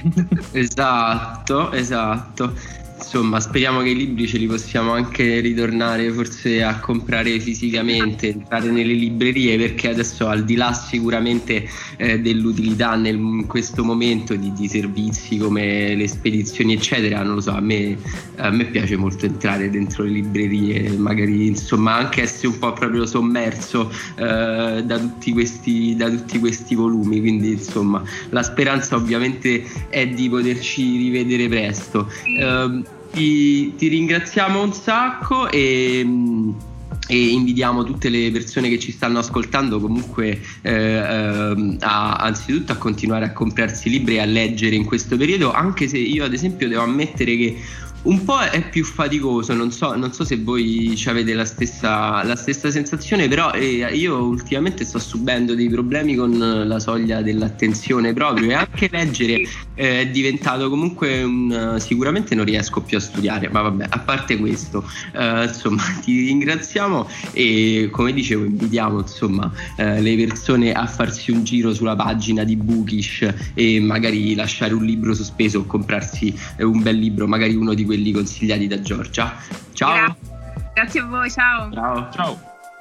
Esatto, esatto. Insomma, speriamo che i libri ce li possiamo anche ritornare forse a comprare fisicamente, entrare nelle librerie, perché adesso, al di là sicuramente eh, dell'utilità nel, in questo momento di, di servizi come le spedizioni eccetera, non lo so, a me, a me piace molto entrare dentro le librerie, magari insomma anche essere un po' proprio sommerso eh, da tutti questi, da tutti questi volumi, quindi insomma la speranza ovviamente è di poterci rivedere presto. Eh, Ti, ti ringraziamo un sacco e, e invitiamo tutte le persone che ci stanno ascoltando comunque eh, eh, a, anzitutto a continuare a comprarsi libri e a leggere in questo periodo, anche se io ad esempio devo ammettere che un po' è più faticoso, non so, non so se voi ci avete la stessa, la stessa sensazione, però eh, io ultimamente sto subendo dei problemi con la soglia dell'attenzione proprio, e anche leggere eh, è diventato comunque un, sicuramente non riesco più a studiare, ma vabbè, a parte questo, eh, insomma ti ringraziamo e come dicevo invitiamo insomma eh, le persone a farsi un giro sulla pagina di Bookish e magari lasciare un libro sospeso o comprarsi eh, un bel libro, magari uno di quelli consigliati da Giorgia. Ciao. Grazie, grazie a voi, ciao. Ciao. Ciao.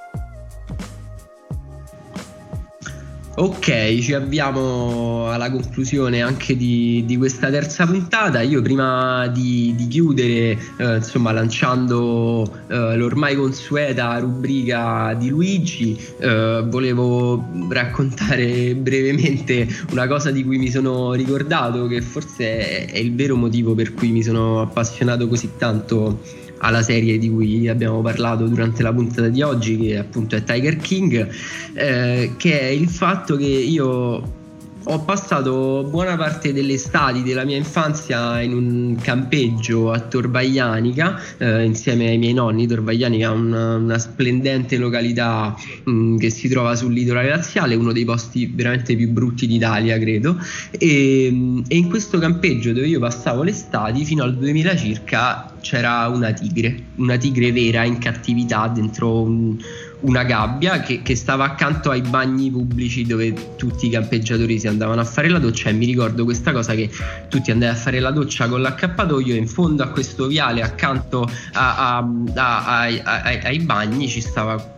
Ok, ci avviamo alla conclusione anche di, di questa terza puntata. Io prima di, di chiudere, eh, insomma, lanciando eh, l'ormai consueta rubrica di Luigi, eh, volevo raccontare brevemente una cosa di cui mi sono ricordato, che forse è, è il vero motivo per cui mi sono appassionato così tanto alla serie di cui abbiamo parlato durante la puntata di oggi, che appunto è Tiger King, eh, che è il fatto che io ho passato buona parte delle estati della mia infanzia in un campeggio a Tor Vaianica, eh, insieme ai miei nonni. Tor Vaianica è una, una splendente località mh, che si trova sul litorale laziale, uno dei posti veramente più brutti d'Italia, credo, e, e in questo campeggio dove io passavo le estati fino al duemila circa c'era una tigre, una tigre vera in cattività dentro un una gabbia che, che stava accanto ai bagni pubblici dove tutti i campeggiatori si andavano a fare la doccia, e mi ricordo questa cosa, che tutti andavano a fare la doccia con l'accappatoio, e in fondo a questo viale accanto a, a, a, a, a, ai bagni ci stava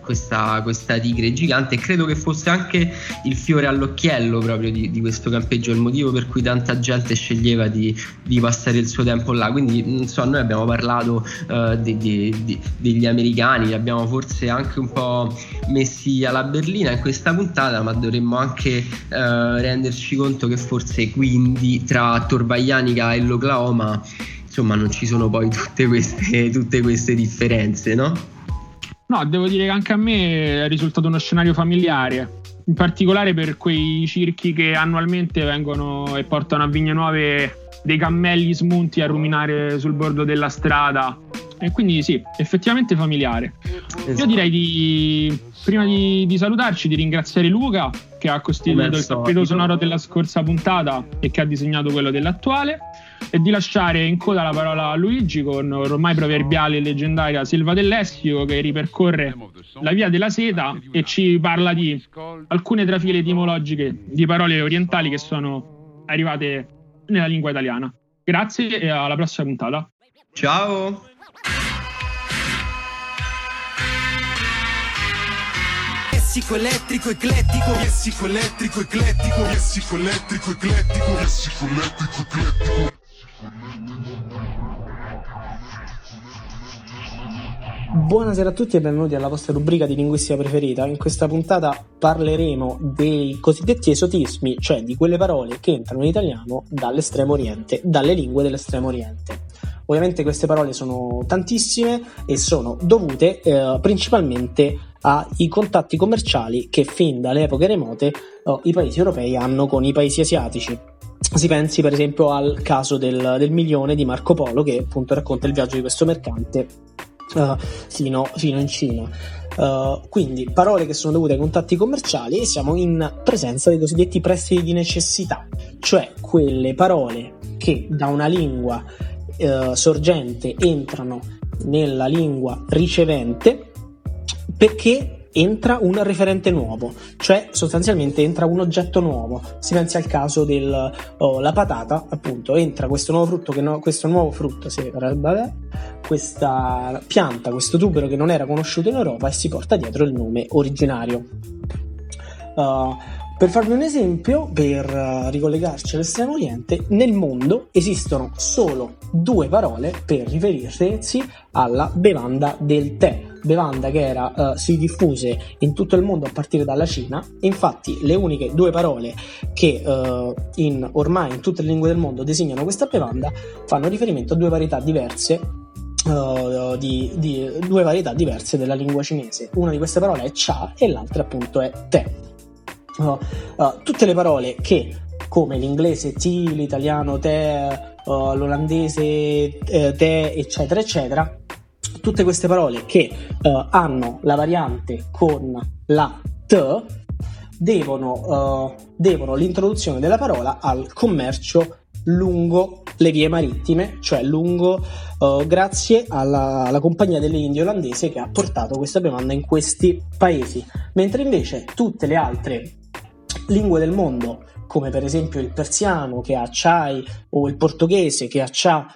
questa, questa tigre gigante, e credo che fosse anche il fiore all'occhiello proprio di, di questo campeggio, il motivo per cui tanta gente sceglieva di, di passare il suo tempo là. Quindi non so, noi abbiamo parlato uh, di, di, di, degli americani, li abbiamo forse anche un po' messi alla berlina in questa puntata, ma dovremmo anche uh, renderci conto che forse quindi tra Torvaianica e l'Oklahoma insomma non ci sono poi tutte queste, tutte queste differenze, no? No, devo dire che anche a me è risultato uno scenario familiare, in particolare per quei circhi che annualmente vengono e portano a Vigne Nuove dei cammelli smunti a ruminare sul bordo della strada, e quindi sì, effettivamente familiare. Esatto. Io direi di, prima di, di salutarci, di ringraziare Luca, che ha costituito il tappeto sonoro della scorsa puntata e che ha disegnato quello dell'attuale, e di lasciare in coda la parola a Luigi con ormai proverbiale e leggendaria Selva del Lessico, che ripercorre la via della seta e ci parla di alcune trafile etimologiche di parole orientali che sono arrivate nella lingua italiana. Grazie e alla prossima puntata. Ciao! Jessico elettrico eclettico, Jessico elettrico eclettico, Jessico elettrico eclettico, Jessico elettrico eclettico. Buonasera a tutti e benvenuti alla vostra rubrica di linguistica preferita. In questa puntata parleremo dei cosiddetti esotismi, cioè di quelle parole che entrano in italiano dall'estremo oriente, dalle lingue dell'estremo oriente. Ovviamente queste parole sono tantissime e sono dovute eh, principalmente ai contatti commerciali che fin dalle epoche remote oh, i paesi europei hanno con i paesi asiatici. Si pensi per esempio al caso del, del milione di Marco Polo, che appunto racconta il viaggio di questo mercante uh, fino, fino in Cina. Uh, quindi parole che sono dovute ai contatti commerciali, e siamo in presenza dei cosiddetti prestiti di necessità, cioè quelle parole che da una lingua uh, sorgente entrano nella lingua ricevente perché entra un referente nuovo, cioè sostanzialmente entra un oggetto nuovo. Si pensi al caso del oh, la patata, appunto, entra questo nuovo frutto che no, questo nuovo frutto, sì, vabbè, questa pianta, questo tubero che non era conosciuto in Europa, e si porta dietro il nome originario. Uh, per farvi un esempio, per uh, ricollegarci all'estremo oriente, nel mondo esistono solo due parole per riferirsi alla bevanda del tè, bevanda che era uh, si diffuse in tutto il mondo a partire dalla Cina. Infatti le uniche due parole che uh, in, ormai in tutte le lingue del mondo designano questa bevanda fanno riferimento a due varietà diverse uh, di, di due varietà diverse della lingua cinese. Una di queste parole è cha e l'altra appunto è tè. Uh, uh, tutte le parole che, come l'inglese tea, l'italiano tè, uh, l'olandese eh, tè, eccetera eccetera, tutte queste parole che uh, hanno la variante con la t devono, uh, devono l'introduzione della parola al commercio lungo le vie marittime, cioè lungo uh, grazie alla, alla compagnia delle Indie olandese che ha portato questa bevanda in questi paesi, mentre invece tutte le altre lingue del mondo, come per esempio il persiano che ha chai, o il portoghese che ha cha,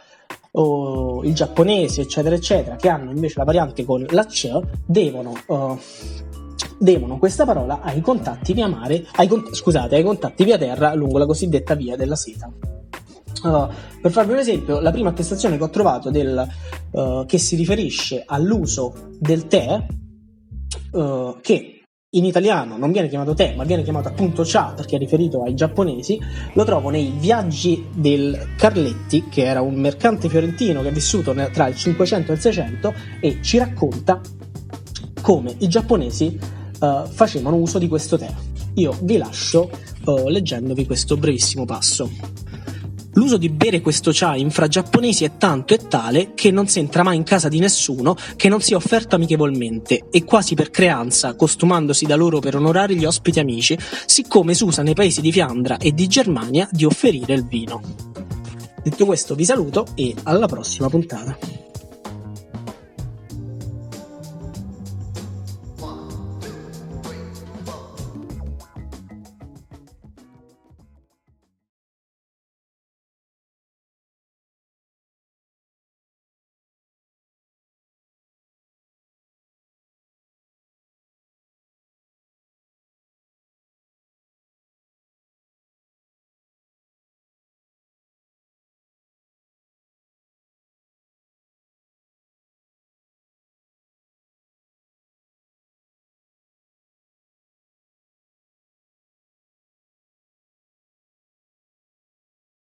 o il giapponese eccetera eccetera, che hanno invece la variante con la c, devono uh, devono questa parola ai contatti via mare, ai, scusate, ai contatti via terra lungo la cosiddetta via della seta. Uh, per farvi un esempio, la prima attestazione che ho trovato del, uh, che si riferisce all'uso del tè, uh, che in italiano non viene chiamato tè ma viene chiamato appunto cha perché è riferito ai giapponesi, lo trovo nei Viaggi del Carletti, che era un mercante fiorentino che è vissuto tra il cinquecento e il seicento, e ci racconta come i giapponesi uh, facevano uso di questo tè. Io vi lascio uh, leggendovi questo brevissimo passo. L'uso di bere questo chai infra giapponesi è tanto e tale che non si entra mai in casa di nessuno che non sia offerto amichevolmente, e quasi per creanza, costumandosi da loro per onorare gli ospiti amici, siccome si usa nei paesi di Fiandra e di Germania di offerire il vino. Detto questo vi saluto e alla prossima puntata.